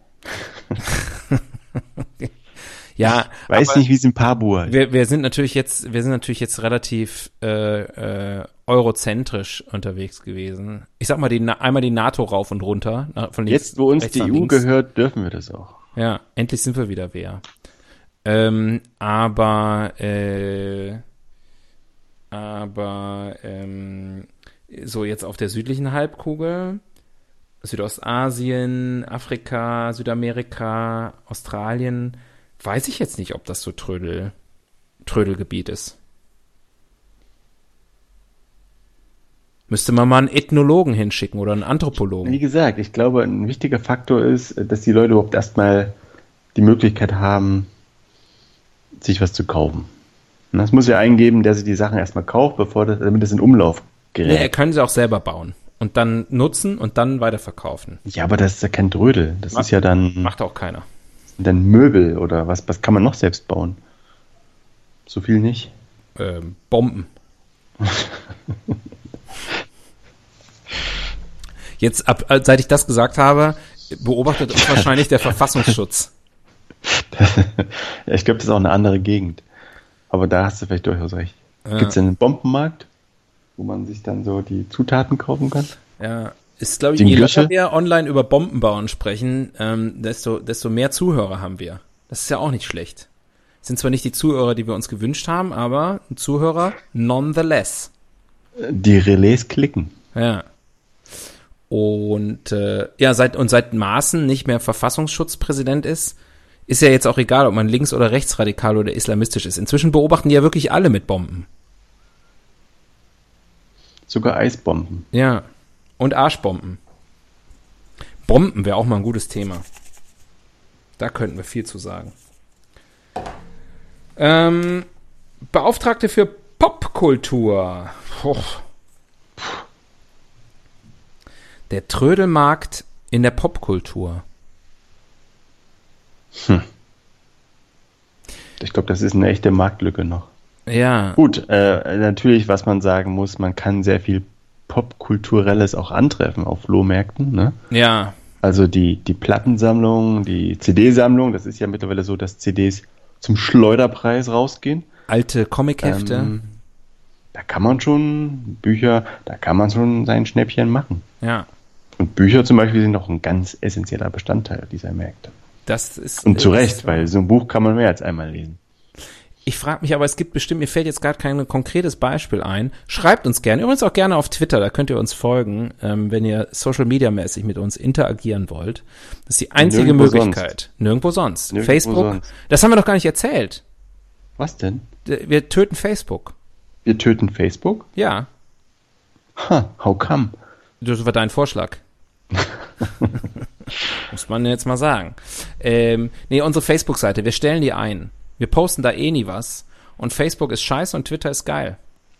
Ja, Weiß aber nicht, wie es in Papua ist. wir, wir sind natürlich jetzt, wir sind natürlich jetzt relativ äh, äh, eurozentrisch unterwegs gewesen. Ich sag mal, die, Na- einmal die NATO rauf und runter. Nach, von links, Jetzt, wo uns rechts die nach E U links. gehört, dürfen wir das auch. Ja, endlich sind wir wieder wer. Ähm, aber, äh, aber, ähm, so jetzt auf der südlichen Halbkugel, Südostasien, Afrika, Südamerika, Australien, weiß ich jetzt nicht, ob das so Trödel, Trödelgebiet ist. Müsste man mal einen Ethnologen hinschicken oder einen Wie Anthropologen. gesagt, ich glaube, ein wichtiger Faktor ist, dass die Leute überhaupt erstmal die Möglichkeit haben, sich was zu kaufen. Und das muss ja eingeben, der sich die Sachen erstmal kauft, bevor das, damit es in Umlauf gerät. Ja, er kann sie auch selber bauen und dann nutzen und dann weiterverkaufen. Ja, aber das ist ja kein Trödel. Das macht, ist ja dann... Macht auch keiner. Dann Möbel oder was, was kann man noch selbst bauen? So viel nicht? Ähm, Bomben. Jetzt, ab, seit ich das gesagt habe, beobachtet uns wahrscheinlich der Verfassungsschutz. Ja, ich glaube, das ist auch eine andere Gegend. Aber da hast du vielleicht durchaus recht. Ja. Gibt es denn einen Bombenmarkt, wo man sich dann so die Zutaten kaufen kann? Ja, ist, glaube ich, je länger wir online über Bombenbauen sprechen, ähm, desto, desto mehr Zuhörer haben wir. Das ist ja auch nicht schlecht. Sind zwar nicht die Zuhörer, die wir uns gewünscht haben, aber ein Zuhörer nonetheless. Die Relais klicken. Ja. Und äh, ja, seit und seit Maaßen nicht mehr Verfassungsschutzpräsident ist, ist ja jetzt auch egal, ob man links- oder rechtsradikal oder islamistisch ist. Inzwischen beobachten die ja wirklich alle mit Bomben. Sogar Eisbomben. Ja. Und Arschbomben. Bomben wäre auch mal ein gutes Thema. Da könnten wir viel zu sagen. Ähm, Beauftragte für Popkultur. Puh. Der Trödelmarkt in der Popkultur. Hm. Ich glaube, das ist eine echte Marktlücke noch. Ja. Gut, äh, natürlich, was man sagen muss, man kann sehr viel Popkulturelles auch antreffen auf Flohmärkten, ne? Ja. Also die, die Plattensammlung, die C D-Sammlung, das ist ja mittlerweile so, dass C Ds zum Schleuderpreis rausgehen. Alte Comichefte. Ähm, da kann man schon, Bücher, da kann man schon sein Schnäppchen machen. Ja. Und Bücher zum Beispiel sind auch ein ganz essentieller Bestandteil dieser Märkte. Das ist, Und zu ist, Recht, weil so ein Buch kann man mehr als einmal lesen. Ich frage mich aber, es gibt bestimmt, mir fällt jetzt gerade kein konkretes Beispiel ein. Schreibt uns gerne, übrigens auch gerne auf Twitter, da könnt ihr uns folgen, ähm, wenn ihr Social-Media-mäßig mit uns interagieren wollt. Das ist die einzige Nirgendwo Möglichkeit. Sonst. Nirgendwo sonst. Nirgendwo Facebook, sonst. Das haben wir doch gar nicht erzählt. Was denn? Wir töten Facebook. Wir töten Facebook? Ja. Ha, how come? Das war dein Vorschlag. Muss man jetzt mal sagen. Ähm, nee, unsere Facebook-Seite, wir stellen die ein. Wir posten da eh nie was. Und Facebook ist scheiße und Twitter ist geil.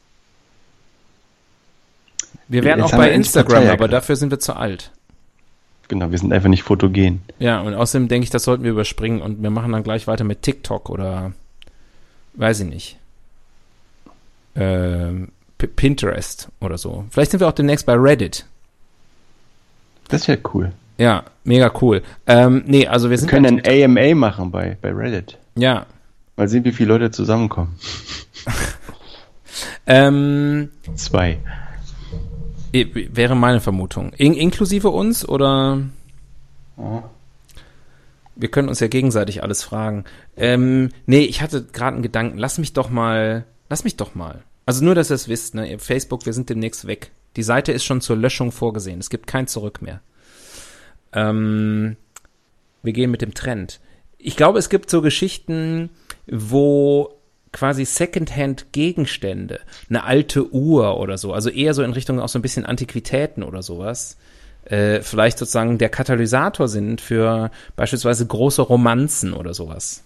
Wir wären Jetzt auch haben bei wir Instagram, Partei aber erklärt. dafür sind wir zu alt. Genau, wir sind einfach nicht fotogen. Ja, und außerdem denke ich, das sollten wir überspringen und wir machen dann gleich weiter mit TikTok oder weiß ich nicht. Ähm, P- Pinterest oder so. Vielleicht sind wir auch demnächst bei Reddit. Das wäre cool. Ja, mega cool. Ähm, nee, also wir Wir sind können ein A M A machen bei, bei Reddit. Ja. Mal sehen, wie viele Leute zusammenkommen. Ähm, Zwei. wäre meine Vermutung. In, inklusive uns oder? Ja. Wir können uns ja gegenseitig alles fragen. Ähm, nee, ich hatte gerade einen Gedanken. Lass mich doch mal, lass mich doch mal. Also nur, dass ihr es wisst, ne? Facebook, wir sind demnächst weg. Die Seite ist schon zur Löschung vorgesehen. Es gibt kein Zurück mehr. Ähm, wir gehen mit dem Trend. Ich glaube, es gibt so Geschichten, wo quasi Secondhand-Gegenstände, eine alte Uhr oder so, also eher so in Richtung auch so ein bisschen Antiquitäten oder sowas, äh, vielleicht sozusagen der Katalysator sind für beispielsweise große Romanzen oder sowas.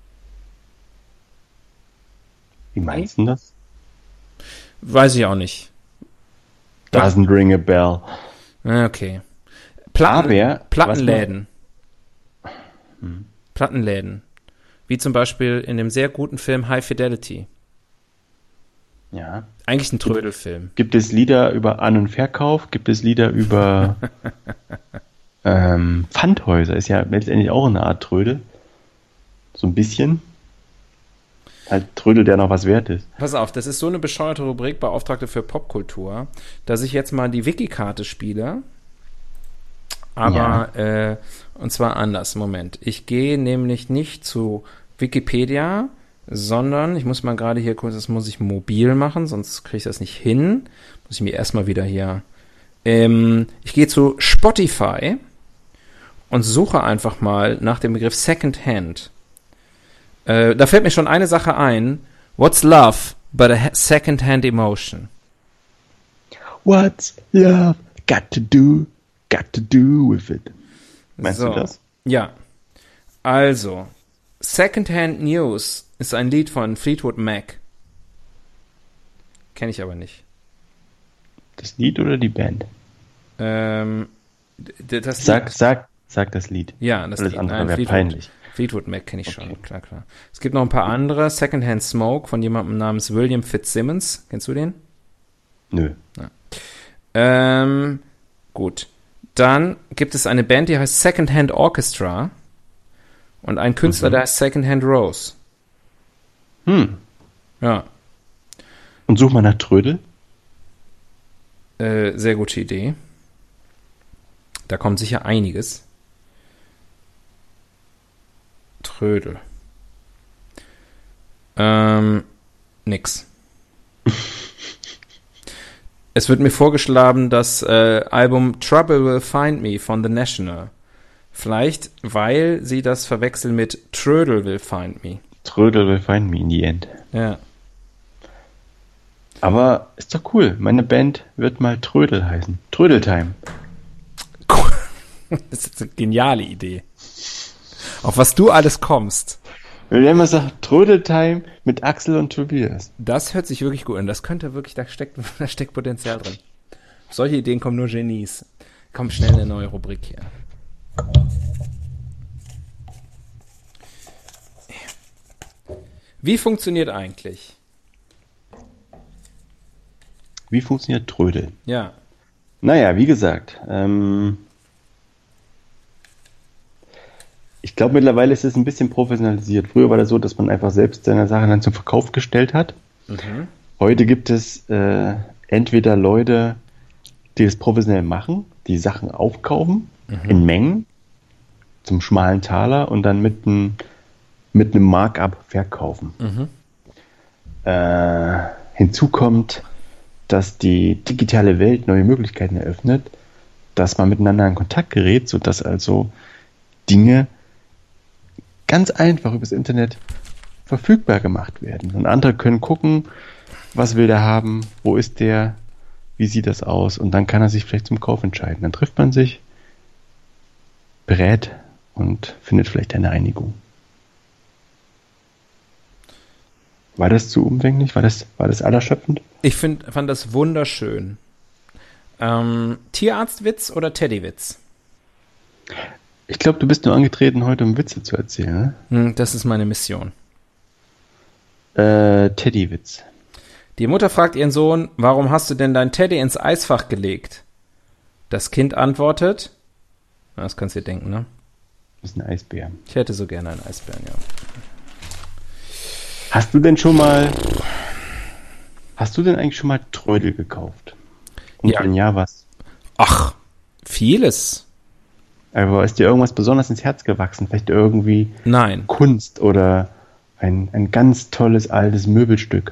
Wie meinst du das? Weiß ich auch nicht. Doesn't ring a bell. Okay. Platten, Aber, Plattenläden. Hm. Plattenläden. Wie zum Beispiel in dem sehr guten Film High Fidelity. Ja. Eigentlich ein Trödelfilm. Gibt es Lieder über An- und Verkauf? Gibt es Lieder über ähm, Pfandhäuser? Ist ja letztendlich auch eine Art Trödel. So ein bisschen. Halt Trödel, der noch was wert ist. Pass auf, das ist so eine bescheuerte Rubrik, Beauftragte für Popkultur, dass ich jetzt mal die Wiki-Karte spiele. Aber, ja. äh, und zwar anders. Moment. Ich gehe nämlich nicht zu Wikipedia, sondern ich muss mal gerade hier kurz, das muss ich mobil machen, sonst kriege ich das nicht hin. Muss ich mir erstmal wieder hier. Ähm, ich gehe zu Spotify und suche einfach mal nach dem Begriff Secondhand. Äh, da fällt mir schon eine Sache ein. What's love but a secondhand emotion? What's love got to do, got to do with it? Meinst so. du das? Ja. Also, Secondhand News ist ein Lied von Fleetwood Mac. Kenne ich aber nicht. Das Lied oder die Band? Ähm, d- das Sag, Lied. sag, sag das Lied. Ja, das Alles Lied. andere Nein, wäre Fleetwood. peinlich. Fleetwood Mac kenne ich schon, Okay. klar, klar. Es gibt noch ein paar andere. Secondhand Smoke von jemandem namens William Fitzsimmons. Kennst du den? Nö. Ähm, gut. Dann gibt es eine Band, die heißt Secondhand Orchestra und einen Künstler, Mhm. der heißt Secondhand Rose. Hm. Ja, Und such mal nach Trödel. äh, sehr gute Idee. Da kommt sicher einiges. Trödel. Ähm, nix. Es wird mir vorgeschlagen, das äh, Album Trouble Will Find Me von The National. Vielleicht, weil sie das verwechseln mit Trödel Will Find Me. Trödel will find me in the end. Ja. Aber ist doch cool. Meine Band wird mal Trödel heißen. Trödeltime. Das ist eine geniale Idee. Auf was du alles kommst. Wenn man sagt Trödeltime mit Axel und Tobias. Das hört sich wirklich gut an. Das könnte wirklich, da steckt, da steckt Potenzial drin. Auf solche Ideen kommen nur Genies. Komm, schnell eine neue Rubrik hier. Wie funktioniert eigentlich? Wie funktioniert Trödel? Ja. Naja, wie gesagt, ähm, ich glaube mittlerweile ist es ein bisschen professionalisiert. Früher war das so, dass man einfach selbst seine Sachen dann zum Verkauf gestellt hat. Mhm. Heute gibt es äh, entweder Leute, die das professionell machen, die Sachen aufkaufen Mhm. in Mengen zum schmalen Taler und dann mit, ein, mit einem Markup verkaufen. Mhm. Äh, hinzu kommt, dass die digitale Welt neue Möglichkeiten eröffnet, dass man miteinander in Kontakt gerät, sodass also Dinge ganz einfach übers Internet verfügbar gemacht werden. Und andere können gucken, was will der haben, wo ist der, wie sieht das aus, und dann kann er sich vielleicht zum Kauf entscheiden. Dann trifft man sich, berät und findet vielleicht eine Einigung. War das zu umfänglich? War das, war das allerschöpfend? Ich find, fand das wunderschön. Ähm, Tierarztwitz oder Teddywitz? Ich glaube, du bist nur angetreten, heute um Witze zu erzählen. Hm, das ist meine Mission. Ne? Äh, Teddywitz. Die Mutter fragt ihren Sohn, warum hast du denn dein Teddy ins Eisfach gelegt? Das Kind antwortet, na, das kannst du dir denken, ne? Das ist ein Eisbär. Ich hätte so gerne einen Eisbären, ja. Hast du denn schon mal, hast du denn eigentlich schon mal Trödel gekauft? Und Ja. wenn ja, was? Ach, vieles. Aber ist dir irgendwas besonders ins Herz gewachsen? Vielleicht irgendwie Nein. Kunst oder ein, ein ganz tolles altes Möbelstück?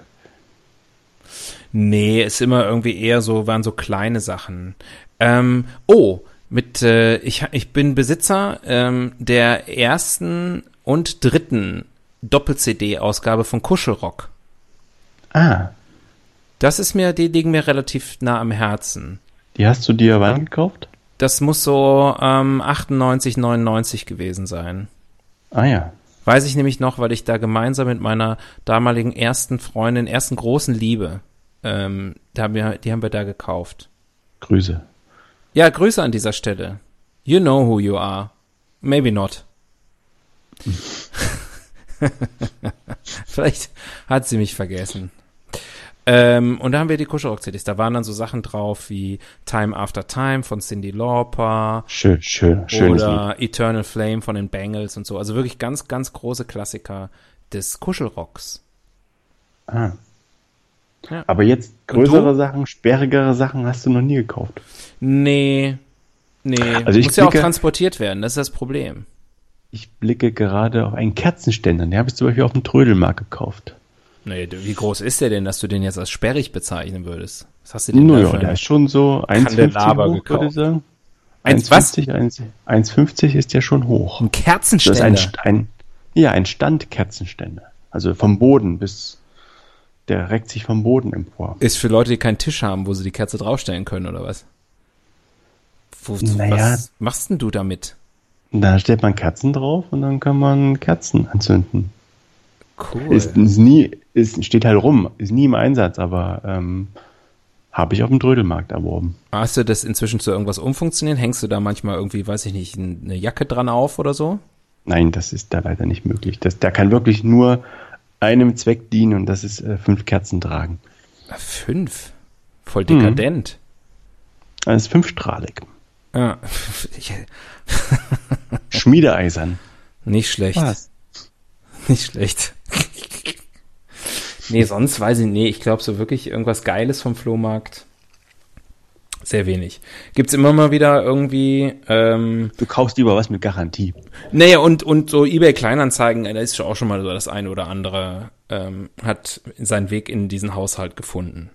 Nee, ist immer irgendwie eher so, waren so kleine Sachen. Ähm, oh, mit, äh, ich, ich bin Besitzer ähm, der ersten und dritten Doppel-C D-Ausgabe von Kuschelrock. Ah, Das ist mir, die liegen mir relativ nah am Herzen. die hast du dir wann gekauft? Das muss so ähm, achtundneunzig, neunundneunzig gewesen sein. Ah ja. Weiß ich nämlich noch, weil ich da gemeinsam mit meiner damaligen ersten Freundin, ersten großen Liebe, ähm, da haben wir, die haben wir da gekauft. Grüße. Ja, Grüße an dieser Stelle. You know who you are. Maybe not. Vielleicht hat sie mich vergessen. Ähm, und da haben wir die Kuschelrock-C Ds. Da waren dann so Sachen drauf wie Time After Time von Cyndi Lauper Schön, schön, schönes Lied. oder Eternal Flame von den Bangles und so. Also wirklich ganz, ganz große Klassiker des Kuschelrocks. Ah. Ja. Aber jetzt Und größere du? Sachen, sperrigere Sachen hast du noch nie gekauft. Nee, nee. Also ich muss ja auch blicke- transportiert werden, das ist das Problem. Ich blicke gerade auf einen Kerzenständer. Den habe ich zum Beispiel auf dem Trödelmarkt gekauft. Nee, du- wie groß ist der denn, dass du den jetzt als sperrig bezeichnen würdest? Was hast du denn da Naja, für der einen- ist schon so eins Komma fünfzig Kandelaber hoch, gekauft. würde ich sagen. Eins was? eins Komma fünfzig, eins Komma fünfzig ist ja schon hoch. Ein Das ist Kerzenständer? ein, St- ein, ja, ein Standkerzenständer. Also vom Boden bis, der reckt sich vom Boden empor. Ist für Leute, die keinen Tisch haben, wo sie die Kerze draufstellen können, oder was? Wo, Naja. Was machst denn du damit? Und da stellt man Kerzen drauf und dann kann man Kerzen anzünden. Cool. Ist, ist nie, ist, steht halt rum, ist nie im Einsatz, aber ähm, habe ich auf dem Trödelmarkt erworben. Hast du das inzwischen zu irgendwas umfunktionieren? Hängst du da manchmal irgendwie, weiß ich nicht, eine Jacke dran auf oder so? Nein, das ist da leider nicht möglich. Das, der kann wirklich nur einem Zweck dienen und das ist äh, fünf Kerzen tragen. Fünf? Voll dekadent. Mhm. Das ist fünfstrahlig. Ja. Schmiedeeisern. Nicht schlecht. Was? Nicht schlecht. Nee, sonst weiß ich, nee, ich glaube so wirklich irgendwas Geiles vom Flohmarkt. Sehr wenig. Gibt's immer mal wieder irgendwie, ähm, du kaufst lieber was mit Garantie. Naja, und, und so eBay Kleinanzeigen, da ist auch schon mal so das eine oder andere, ähm, hat seinen Weg in diesen Haushalt gefunden.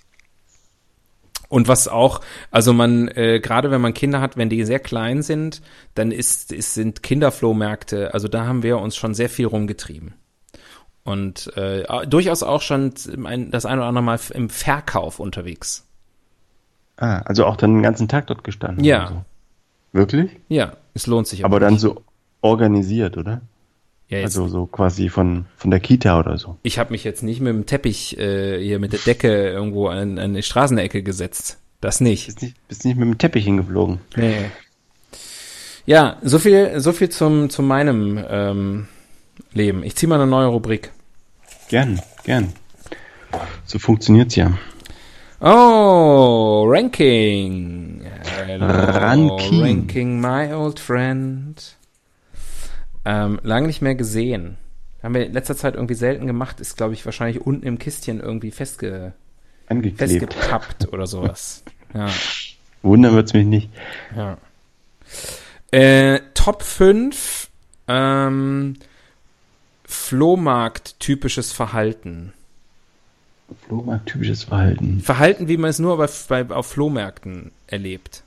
Und was auch, also man, äh, gerade wenn man Kinder hat, wenn die sehr klein sind, dann ist, ist sind Kinderflohmärkte, also da haben wir uns schon sehr viel rumgetrieben. Und äh, durchaus auch schon ein, das ein oder andere Mal im Verkauf unterwegs. Ah, also auch dann den ganzen Tag dort gestanden? Ja. So. Wirklich? Ja, es lohnt sich. Aber, aber dann so organisiert, oder? Ja, jetzt, also so quasi von, von der Kita oder so. Ich habe mich jetzt nicht mit dem Teppich äh, hier mit der Decke irgendwo an, an die Straßenecke gesetzt. Das nicht. Bist nicht, bist nicht mit dem Teppich hingeflogen. Nee. Ja, so viel, so viel zum, zu meinem ähm, Leben. Ich ziehe mal eine neue Rubrik. Gern, gern. So funktioniert's ja. Oh, Ranking. Hello, Ranking. Ranking, my old friend. Ähm, lange nicht mehr gesehen. Haben wir in letzter Zeit irgendwie selten gemacht. Ist, glaube ich, wahrscheinlich unten im Kistchen irgendwie festge festgepappt oder sowas. Ja. Wundern wird's mich nicht. Ja. Äh, Top fünf ähm, Flohmarkt-typisches Verhalten. Flohmarkt-typisches Verhalten. Verhalten, wie man es nur bei, bei, auf Flohmärkten erlebt.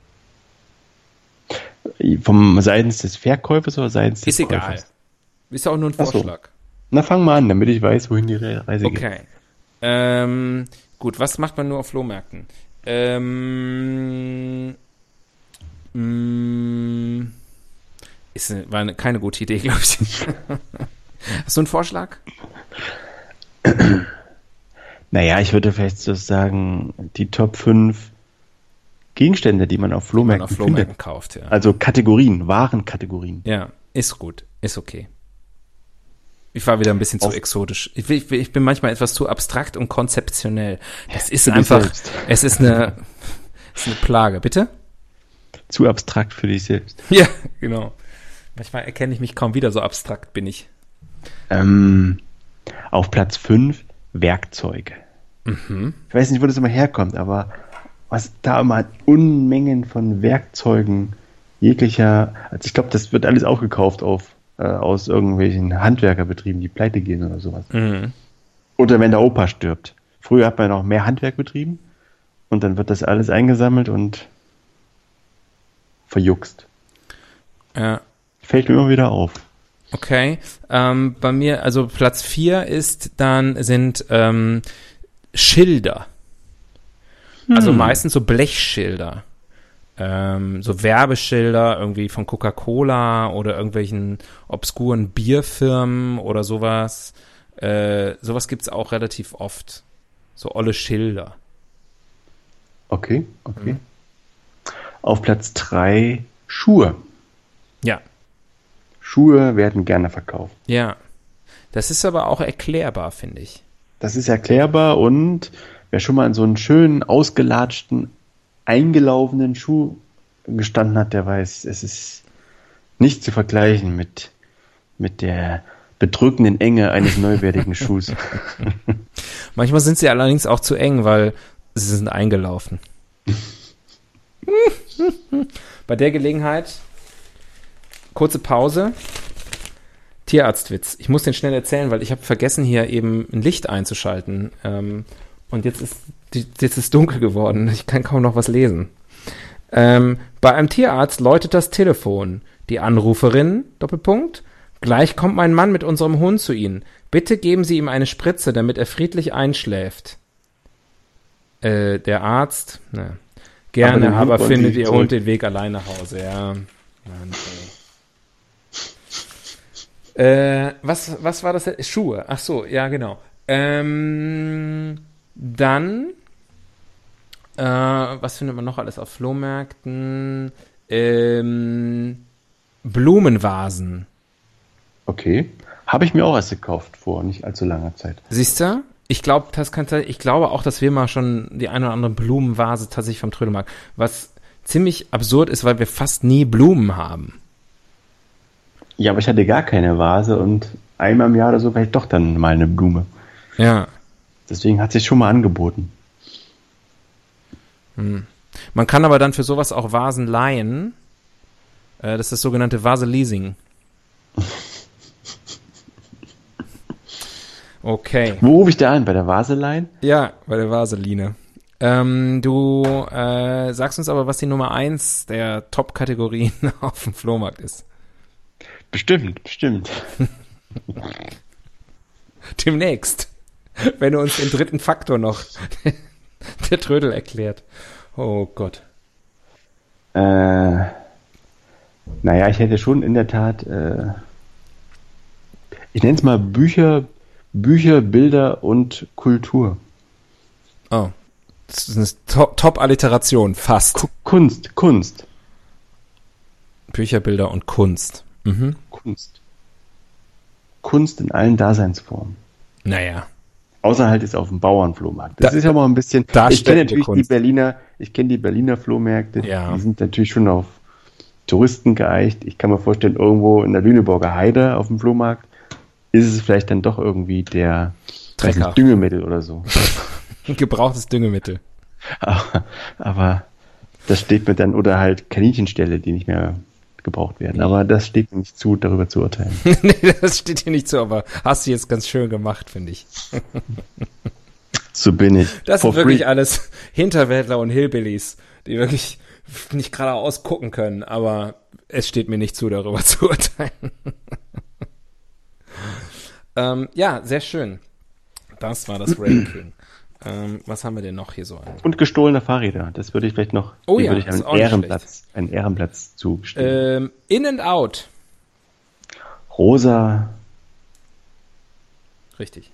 Vom seitens des Verkäufers oder seitens des Ist Käufers? egal. Ist auch nur ein Vorschlag. So. Na, fang mal an, damit ich weiß, wohin die Reise geht. Okay. Ähm, gut, was macht man nur auf Flohmärkten? Ähm, mh, ist eine, war eine, keine gute Idee, glaube ich. Hast du einen Vorschlag? Naja, ich würde vielleicht so sagen, die Top fünf Gegenstände, die man auf Flohmärkten, man auf Flohmärkten findet. kauft, ja. Also Kategorien, Warenkategorien. Ja, ist gut, ist okay. Ich war wieder ein bisschen zu auf exotisch. Ich, ich, ich bin manchmal etwas zu abstrakt und konzeptionell. Das ist einfach, es ist eine, ist eine Plage. Bitte? Zu abstrakt für dich selbst. Ja, genau. Manchmal erkenne ich mich kaum wieder, so abstrakt bin ich. Ähm, auf Platz fünf Werkzeuge. Mhm. Ich weiß nicht, wo das immer herkommt, aber was da immer Unmengen von Werkzeugen jeglicher, also ich glaube, das wird alles aufgekauft auf, äh, aus irgendwelchen Handwerkerbetrieben, die pleite gehen oder sowas. Mhm. Oder wenn der Opa stirbt. Früher hat man noch mehr Handwerk betrieben und dann wird das alles eingesammelt und verjuckst. Ja. Fällt mir immer wieder auf. Okay. Ähm, bei mir, also Platz vier ist dann, sind ähm, Schilder. Hm. Also meistens so Blechschilder. Ähm, so Werbeschilder irgendwie von Coca-Cola oder irgendwelchen obskuren Bierfirmen oder sowas. Äh, sowas gibt's auch relativ oft. So olle Schilder. Okay, okay. Mhm. Auf Platz drei Schuhe. Ja. Schuhe werden gerne verkauft. Ja. Das ist aber auch erklärbar, finde ich. Das ist erklärbar und wer schon mal in so einen schönen, ausgelatschten, eingelaufenen Schuh gestanden hat, der weiß, es ist nicht zu vergleichen mit, mit der bedrückenden Enge eines neuwertigen Schuhs. Manchmal sind sie allerdings auch zu eng, weil sie sind eingelaufen. Bei der Gelegenheit kurze Pause. Tierarztwitz. Ich muss den schnell erzählen, weil ich habe vergessen, hier eben ein Licht einzuschalten. Ähm, und jetzt ist jetzt ist dunkel geworden. Ich kann kaum noch was lesen. Ähm, bei einem Tierarzt läutet das Telefon. Die Anruferin, Doppelpunkt. Gleich kommt mein Mann mit unserem Hund zu Ihnen. Bitte geben Sie ihm eine Spritze, damit er friedlich einschläft. Äh, der Arzt, na, gerne, aber, aber findet Ihr Hund den Weg allein nach Hause. Ja, Mann, ey. Äh, was, was war das? Schuhe. Ach so, ja, genau. Ähm, dann, äh, was findet man noch alles auf Flohmärkten? Ähm, Blumenvasen. Okay. Habe ich mir auch erst gekauft vor nicht allzu langer Zeit. Siehst du? Ich glaube, das kann, ich glaube auch, dass wir mal schon die eine oder andere Blumenvase tatsächlich vom Trödelmarkt, was ziemlich absurd ist, weil wir fast nie Blumen haben. Ja, aber ich hatte gar keine Vase und einmal im Jahr oder so vielleicht doch dann mal eine Blume. Ja. Deswegen hat sich schon mal angeboten. Hm. Man kann aber dann für sowas auch Vasen leihen. Äh, das ist das sogenannte Vase-Leasing. Okay. Wo rufe ich da an? Bei der Vaselein? Ja, bei der Vaseline. Ähm, du äh, sagst uns aber, was die Nummer eins der Top-Kategorien auf dem Flohmarkt ist. Bestimmt, bestimmt. Demnächst. Wenn du uns den dritten Faktor noch der Trödel erklärt. Oh Gott. Äh, naja, ich hätte schon in der Tat, äh, ich nenne es mal Bücher, Bücher, Bilder und Kultur. Oh, das ist eine Top- Top-Alliteration, fast. Ku- Kunst, Kunst. Bücher, Bilder und Kunst. Mhm. Kunst. Kunst in allen Daseinsformen. Naja. Außer halt ist auf dem Bauernflohmarkt. Das Da- ist ja mal ein bisschen. da Ich kenne steckt die natürlich die Kunst. Berliner, ich kenne die Berliner Flohmärkte. Ja. Die sind natürlich schon auf Touristen geeicht. Ich kann mir vorstellen, irgendwo in der Lüneburger Heide auf dem Flohmarkt ist es vielleicht dann doch irgendwie der weiß Trecker. nicht, Düngemittel oder so. Gebrauchtes Düngemittel. aber, aber das steht mir dann, oder halt Kaninchenställe, die nicht mehr gebraucht werden. Aber das steht mir nicht zu, darüber zu urteilen. Nee, das steht hier nicht zu, aber hast du jetzt ganz schön gemacht, finde ich. So bin ich. Das For sind wirklich free. alles Hinterwäldler und Hillbillies, die wirklich nicht geradeaus gucken können, aber es steht mir nicht zu, darüber zu urteilen. ähm, ja, sehr schön. Das war das Ranking. ähm, was haben wir denn noch hier so an? Und gestohlene Fahrräder. Das würde ich vielleicht noch, Oh dem ja, würde ich ist einen auch nicht Ehrenplatz, einen Ehrenplatz zugestehen. Ähm, In and Out. Rosa, Richtig.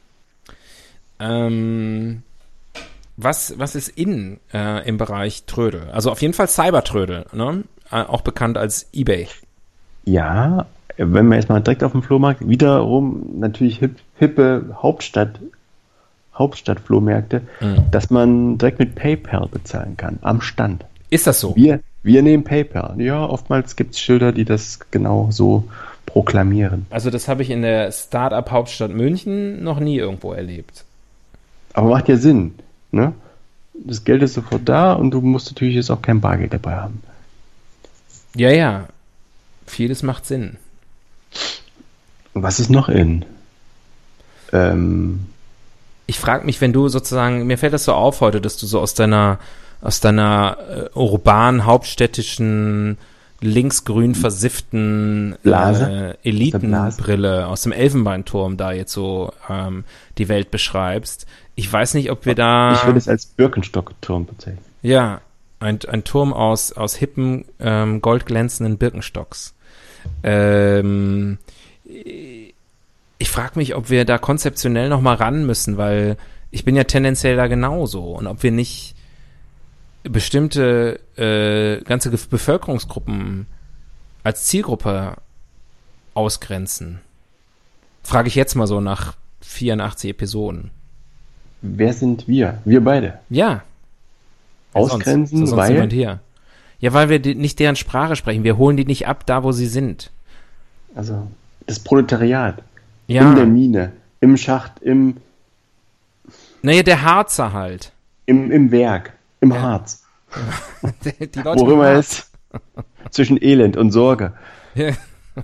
Ähm, was, was ist in äh, im Bereich Trödel? Also auf jeden Fall Cybertrödel, ne? Äh, auch bekannt als eBay. ja, wenn wir jetzt mal direkt auf dem Flohmarkt, wiederum natürlich hip, hippe Hauptstadt, Hauptstadt-Flohmärkte, Mhm. dass man direkt mit PayPal bezahlen kann, am Stand. Ist das so? Wir, wir nehmen PayPal. Ja, oftmals gibt es Schilder, die das genau so proklamieren. Also das habe ich in der Start-up-Hauptstadt München noch nie irgendwo erlebt. Aber macht ja Sinn, ne? Das Geld ist sofort da und du musst natürlich jetzt auch kein Bargeld dabei haben. Ja, ja. Vieles macht Sinn. Und was ist noch in? Ähm, Ich frage mich, wenn du sozusagen, mir fällt das so auf heute, dass du so aus deiner, aus deiner äh, urban, hauptstädtischen, linksgrün versifften Blase? äh, Elitenbrille aus dem Elfenbeinturm da jetzt so ähm, die Welt beschreibst. Ich weiß nicht, ob wir da... ich würde es als Birkenstock-Turm bezeichnen. Ja, ein, ein Turm aus, aus hippen, ähm, goldglänzenden Birkenstocks. Ähm, ich frage mich, ob wir da konzeptionell noch mal ran müssen, weil ich bin ja tendenziell da genauso. Und ob wir nicht bestimmte äh, ganze Ge- Bevölkerungsgruppen als Zielgruppe ausgrenzen. Frage ich jetzt mal so nach vierundachtzig Episoden. Wer sind wir? Wir beide. Ja. Wer sonst? Ausgrenzen, Ist sonst weil... jemand hier? Ja, weil wir die, nicht deren Sprache sprechen. Wir holen die nicht ab, da wo sie sind. Also, das Proletariat. Ja. In der Mine, im Schacht, im, Naja, der Harzer halt. im, im Werk, im Ja. Harz. Die Leute Wo im immer Harz. es zwischen Elend und Sorge. Ja.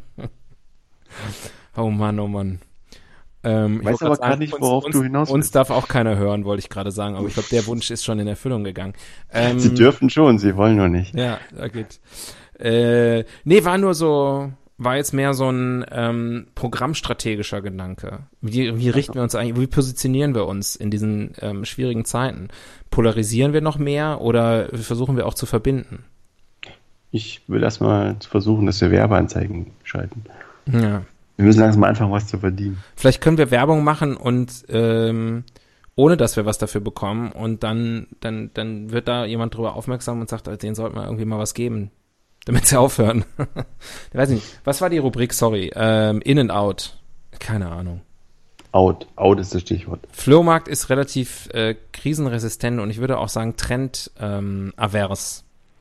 Oh Mann, oh Mann. Ähm, ich Weiß wollte aber grad gerade nicht, uns- worauf uns, du hinaus Uns willst. darf auch keiner hören, wollte ich gerade sagen. Aber ich glaube, der Wunsch ist schon in Erfüllung gegangen. Ähm, Sie dürfen schon, sie wollen nur nicht. Ja, da geht. Äh, nee, war nur so, war jetzt mehr so ein ähm, programmstrategischer Gedanke. Wie, wie richten wir uns eigentlich, wie positionieren wir uns in diesen ähm, schwierigen Zeiten? Polarisieren wir noch mehr oder versuchen wir auch zu verbinden? Ich will erstmal versuchen, dass wir Werbeanzeigen schalten. Ja. Wir müssen langsam mal anfangen, was zu verdienen. Vielleicht können wir Werbung machen und ähm, ohne dass wir was dafür bekommen und dann, dann, dann wird da jemand drüber aufmerksam und sagt, denen sollten wir irgendwie mal was geben, damit sie aufhören. Ich weiß nicht. Was war die Rubrik? Sorry. Ähm, In and Out. Keine Ahnung. Out. Out ist das Stichwort. Flohmarkt ist relativ äh, krisenresistent und ich würde auch sagen trend ähm, avers.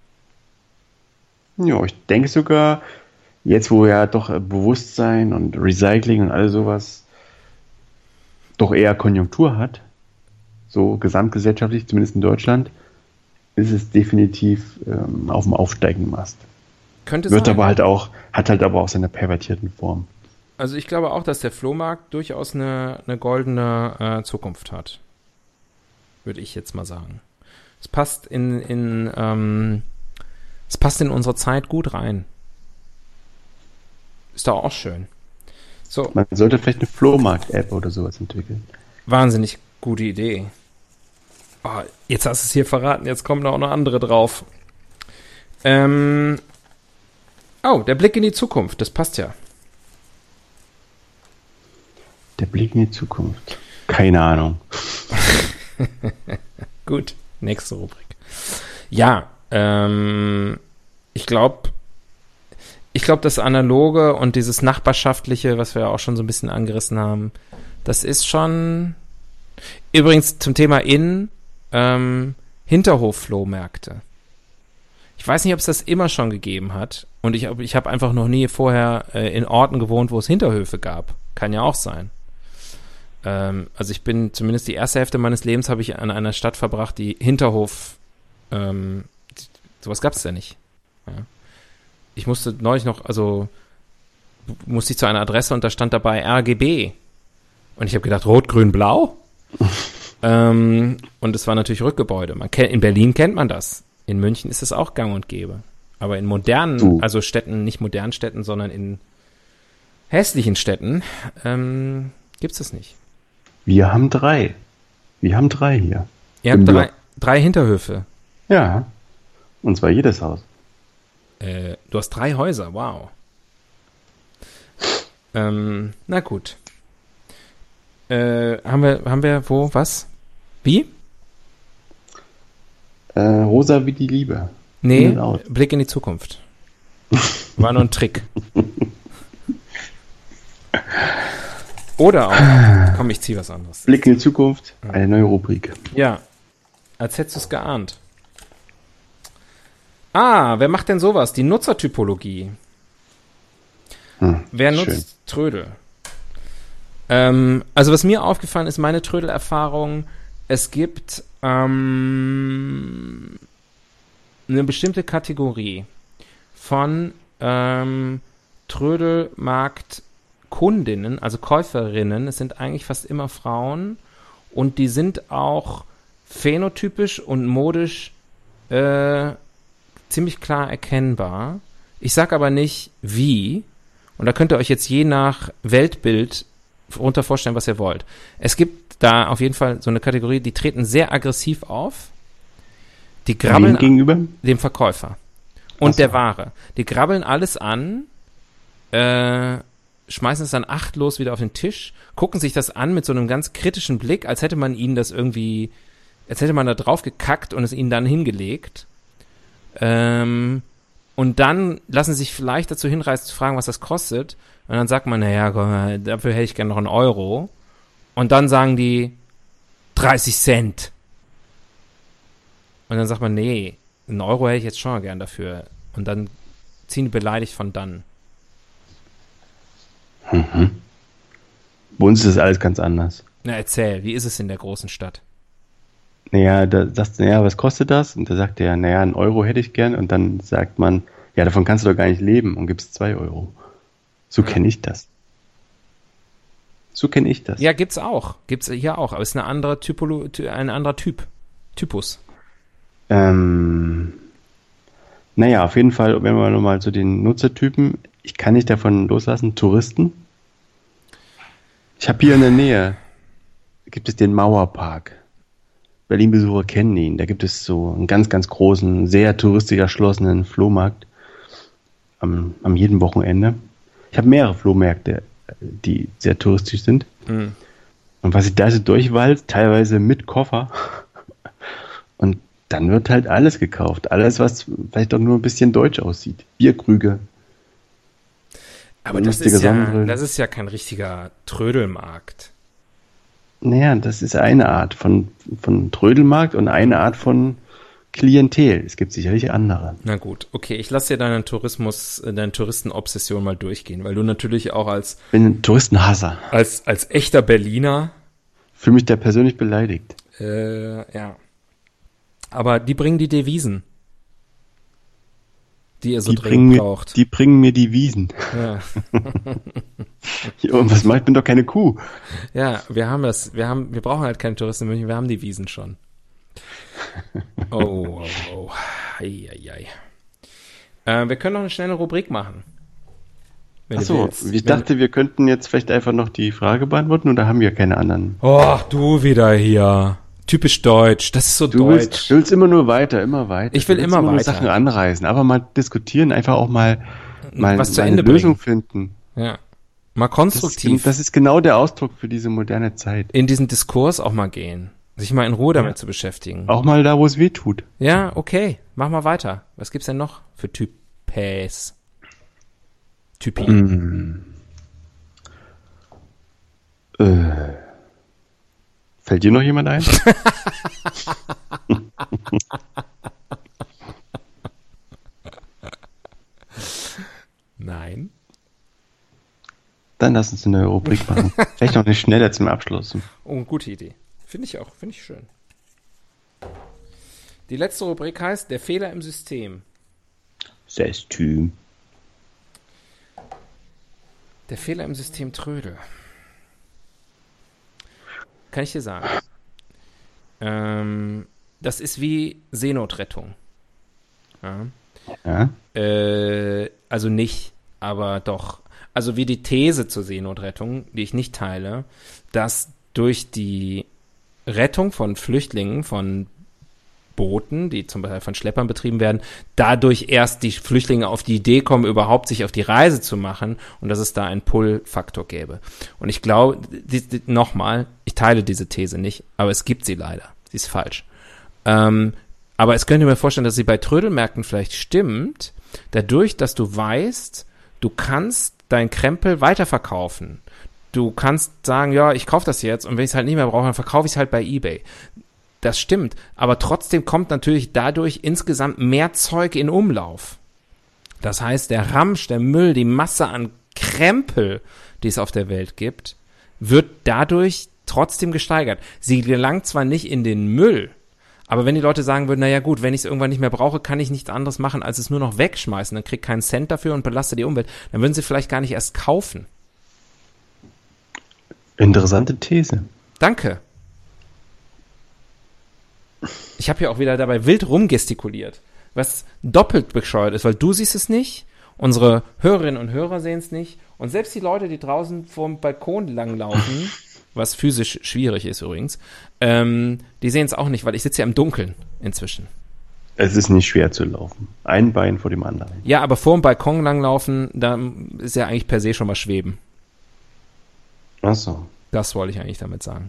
Ja, ich denke sogar, jetzt wo ja doch Bewusstsein und Recycling und all sowas doch eher Konjunktur hat, so gesamtgesellschaftlich, zumindest in Deutschland, ist es definitiv ähm, auf dem aufsteigenden Ast. Könnte Wird sein. aber halt auch, hat halt aber auch seine pervertierten Form. Also ich glaube auch, dass der Flohmarkt durchaus eine, eine goldene äh, Zukunft hat. Würde ich jetzt mal sagen. Es passt in, in ähm, es passt in unsere Zeit gut rein. Ist doch auch schön. So. Man sollte vielleicht eine Flohmarkt-App oder sowas entwickeln. Wahnsinnig gute Idee. Oh, jetzt hast du es hier verraten, jetzt kommen da auch noch andere drauf. Ähm, oh, der Blick in die Zukunft, das passt ja. Der Blick in die Zukunft. Keine Ahnung. Gut, nächste Rubrik. Ja, ähm, ich glaube, ich glaube, das Analoge und dieses Nachbarschaftliche, was wir auch schon so ein bisschen angerissen haben, das ist schon, übrigens zum Thema Innen, ähm, Hinterhof-Flohmärkte. Ich weiß nicht, ob es das immer schon gegeben hat und ich, ich habe einfach noch nie vorher äh, in Orten gewohnt, wo es Hinterhöfe gab. Kann ja auch sein. Ähm, also ich bin, zumindest die erste Hälfte meines Lebens habe ich an einer Stadt verbracht, die Hinterhof, ähm, sowas gab es ja nicht. Ja. Ich musste neulich noch, also musste ich zu einer Adresse und da stand dabei R G B. Und ich habe gedacht, Rot, Grün, Blau? ähm, und es war natürlich Rückgebäude. Man kennt, in Berlin kennt man das. In München ist es auch gang und gäbe. Aber in modernen, uh. also Städten, nicht modernen Städten, sondern in hässlichen Städten, ähm, gibt's das nicht. Wir haben drei. Wir haben drei hier. Ihr habt drei, drei Hinterhöfe. Ja. Und zwar jedes Haus. Äh, du hast drei Häuser, wow. Ähm, na gut. Äh, haben wir, haben wir wo, was? Wie? Äh, rosa wie die Liebe. Nee, in Blick in die Zukunft. War nur ein Trick. Oder auch, komm, ich zieh was anderes. Blick in die Zukunft, eine neue Rubrik. Ja, als hättest du es geahnt. Ah, wer macht denn sowas? Die Nutzertypologie. Hm, wer nutzt schön. Trödel? Ähm, also was mir aufgefallen ist, meine Trödelerfahrung, es gibt ähm, eine bestimmte Kategorie von ähm, Trödelmarktkundinnen, also Käuferinnen, es sind eigentlich fast immer Frauen und die sind auch phänotypisch und modisch äh, ziemlich klar erkennbar. Ich sag aber nicht wie, und da könnt ihr euch jetzt je nach Weltbild runter vorstellen, was ihr wollt. Es gibt da auf jeden Fall so eine Kategorie, die treten sehr aggressiv auf. Die grabbeln Wem gegenüber? Dem Verkäufer und so. Der Ware. Die grabbeln alles an, äh, schmeißen es dann achtlos wieder auf den Tisch, gucken sich das an mit so einem ganz kritischen Blick, als hätte man ihnen das irgendwie, als hätte man da drauf gekackt und es ihnen dann hingelegt. Ähm, und dann lassen sie sich vielleicht dazu hinreißen zu fragen, was das kostet. Und dann sagt man, naja, komm, dafür hätte ich gerne noch einen Euro. Und dann sagen die dreißig Cent. Und dann sagt man, nee, einen Euro hätte ich jetzt schon gern dafür. Und dann ziehen die beleidigt von dann. Mhm. Bei uns ist das alles ganz anders. Na, erzähl, wie ist es in der großen Stadt? Naja, da sagst du, naja, was kostet das? Und da sagt er, naja, einen Euro hätte ich gern. Und dann sagt man, ja, davon kannst du doch gar nicht leben und gibst zwei Euro. So ja. kenne ich das. So kenne ich das. Ja, gibt's auch. Gibt's hier auch. Aber es ist eine andere Typolo- ein anderer Typ. Typus. Ähm, naja, auf jeden Fall, wenn wir nochmal zu den Nutzertypen, ich kann nicht davon loslassen, Touristen. Ich habe hier in der Nähe, gibt es den Mauerpark. Berlin-Besucher kennen ihn. Da gibt es so einen ganz, ganz großen, sehr touristisch erschlossenen Flohmarkt am, am jeden Wochenende. Ich habe mehrere Flohmärkte die sehr touristisch sind. Mhm. Und was ich da so durchwalzt, teilweise mit Koffer. Und dann wird halt alles gekauft. Alles, was vielleicht auch nur ein bisschen deutsch aussieht. Bierkrüge. Aber das ist, ja, das ist ja kein richtiger Trödelmarkt. Naja, das ist eine Art von, von Trödelmarkt und eine Art von Klientel. Es gibt sicherlich andere. Na gut, okay, ich lasse dir deinen Tourismus, deine Touristenobsession mal durchgehen, weil du natürlich auch als Ich bin ein Touristenhasser. Als, als echter Berliner Fühle mich da persönlich beleidigt. Äh, ja. Aber die bringen die Devisen, die ihr so die dringend mir, braucht. Die bringen mir die Wiesen. Ja. Und was macht? Ich bin doch keine Kuh. Ja, wir haben das. Wir haben, wir brauchen halt keine Touristen in München. Wir haben die Wiesen schon. Oh, oh, oh. Ei, ei, ei. Äh, wir können noch eine schnelle Rubrik machen. Achso, ich dachte, wenn, wir könnten jetzt vielleicht einfach noch die Frage beantworten oder haben wir keine anderen? Oh, du wieder hier. Typisch deutsch. Das ist so du deutsch. Willst, du willst immer nur weiter, immer weiter. Ich will immer, immer weiter. Sachen anreißen, aber mal diskutieren, einfach auch mal, mal, Was zu mal Ende eine Lösung bringen. finden. Ja. Mal konstruktiv. Das ist, das ist genau der Ausdruck für diese moderne Zeit. In diesen Diskurs auch mal gehen. Sich mal in Ruhe damit ja. zu beschäftigen. Auch mal da, wo es weh tut. Ja, okay. Mach mal weiter. Was gibt's denn noch für Types? Typi. Mm. Äh. Fällt dir noch jemand ein? Nein. Dann lass uns eine neue Rubrik machen. Vielleicht noch eine schnelle zum Abschluss. Oh, gute Idee. Finde ich auch. Finde ich schön. Die letzte Rubrik heißt Der Fehler im System. System. Der Fehler im System Trödel. Kann ich dir sagen. Ähm, das ist wie Seenotrettung. Ja. Ja. Äh, also nicht, aber doch. Also wie die These zur Seenotrettung, die ich nicht teile, dass durch die Rettung von Flüchtlingen, von Booten, die zum Beispiel von Schleppern betrieben werden, dadurch erst die Flüchtlinge auf die Idee kommen, überhaupt sich auf die Reise zu machen und dass es da einen Pull-Faktor gäbe. Und ich glaube, nochmal, ich teile diese These nicht, aber es gibt sie leider. Sie ist falsch. Ähm, aber es könnte mir vorstellen, dass sie bei Trödelmärkten vielleicht stimmt, dadurch, dass du weißt, du kannst dein Krempel weiterverkaufen. Du kannst sagen, ja, ich kaufe das jetzt und wenn ich es halt nicht mehr brauche, dann verkaufe ich es halt bei eBay. Das stimmt, aber trotzdem kommt natürlich dadurch insgesamt mehr Zeug in Umlauf. Das heißt, der Ramsch, der Müll, die Masse an Krempel, die es auf der Welt gibt, wird dadurch trotzdem gesteigert. Sie gelangt zwar nicht in den Müll, aber wenn die Leute sagen würden, naja gut, wenn ich es irgendwann nicht mehr brauche, kann ich nichts anderes machen, als es nur noch wegschmeißen, dann krieg ich keinen Cent dafür und belaste die Umwelt, dann würden sie vielleicht gar nicht erst kaufen. Interessante These. Danke. Ich habe ja auch wieder dabei wild rumgestikuliert, was doppelt bescheuert ist, weil du siehst es nicht, unsere Hörerinnen und Hörer sehen es nicht und selbst die Leute, die draußen vorm Balkon langlaufen, was physisch schwierig ist übrigens, ähm, die sehen es auch nicht, weil ich sitze ja im Dunkeln inzwischen. Es ist nicht schwer zu laufen. Ein Bein vor dem anderen. Ja, aber vor dem Balkon langlaufen, da ist ja eigentlich per se schon mal Schweben. Ach so. Das wollte ich eigentlich damit sagen.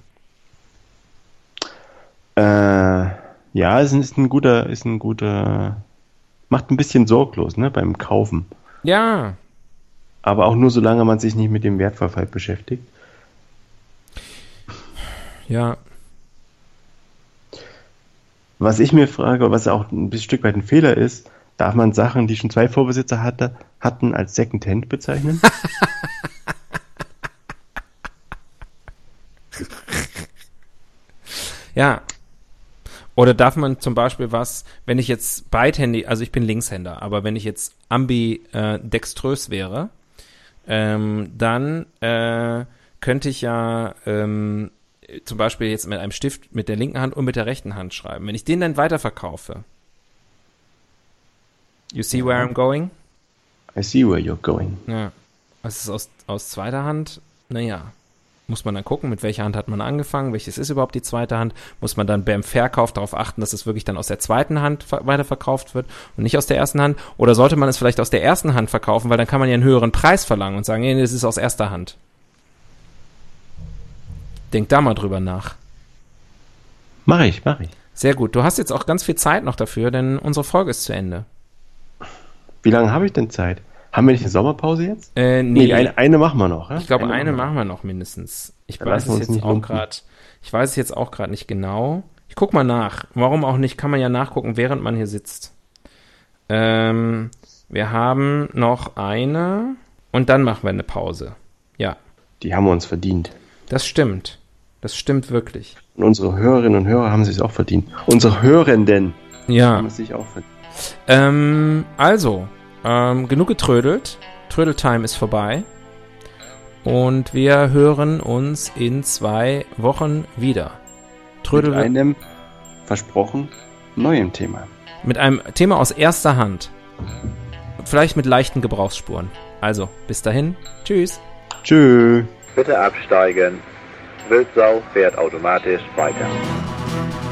Äh, ja, es ist ein guter, ist ein guter, macht ein bisschen sorglos, ne, beim Kaufen. Ja. Aber auch nur, solange man sich nicht mit dem Wertverfall beschäftigt. Ja. Was ich mir frage, was auch ein Stück weit ein Fehler ist, darf man Sachen, die schon zwei Vorbesitzer hatte, hatten, als Secondhand bezeichnen? Ja. Oder darf man zum Beispiel was, wenn ich jetzt beidhändig, also ich bin Linkshänder, aber wenn ich jetzt ambidextrös wäre, ähm, dann äh, könnte ich ja ähm, zum Beispiel jetzt mit einem Stift mit der linken Hand und mit der rechten Hand schreiben. Wenn ich den dann weiterverkaufe, you see where I'm going? I see where you're going. Ja. Das ist aus, aus zweiter Hand, naja. Muss man dann gucken, mit welcher Hand hat man angefangen, welches ist überhaupt die zweite Hand, muss man dann beim Verkauf darauf achten, dass es wirklich dann aus der zweiten Hand weiterverkauft wird und nicht aus der ersten Hand, oder sollte man es vielleicht aus der ersten Hand verkaufen, weil dann kann man ja einen höheren Preis verlangen und sagen, nee, das ist aus erster Hand. Denk da mal drüber nach. Mach ich, mach ich. Sehr gut. Du hast jetzt auch ganz viel Zeit noch dafür, denn unsere Folge ist zu Ende. Wie lange habe ich denn Zeit? Haben wir nicht eine Sommerpause jetzt? Äh, nee. nee eine, eine machen wir noch. Ja? Ich glaube, eine, eine machen wir noch mindestens. Ich Dann weiß es jetzt auch gerade. Ich weiß es jetzt auch gerade nicht genau. Ich guck mal nach. Warum auch nicht? Kann man ja nachgucken, während man hier sitzt. Ähm, wir haben noch eine und dann machen wir eine Pause. Ja. Die haben wir uns verdient. Das stimmt. Das stimmt wirklich. Und unsere Hörerinnen und Hörer haben es sich auch verdient. Unsere Hörenden ja. haben es sich auch verdient. Ähm, also, ähm, genug getrödelt. Trödeltime ist vorbei. Und wir hören uns in zwei Wochen wieder. Trödel Mit einem, versprochen, neuen Thema. Mit einem Thema aus erster Hand. Vielleicht mit leichten Gebrauchsspuren. Also, bis dahin. Tschüss. Tschö. Bitte absteigen. Wildsau fährt automatisch weiter.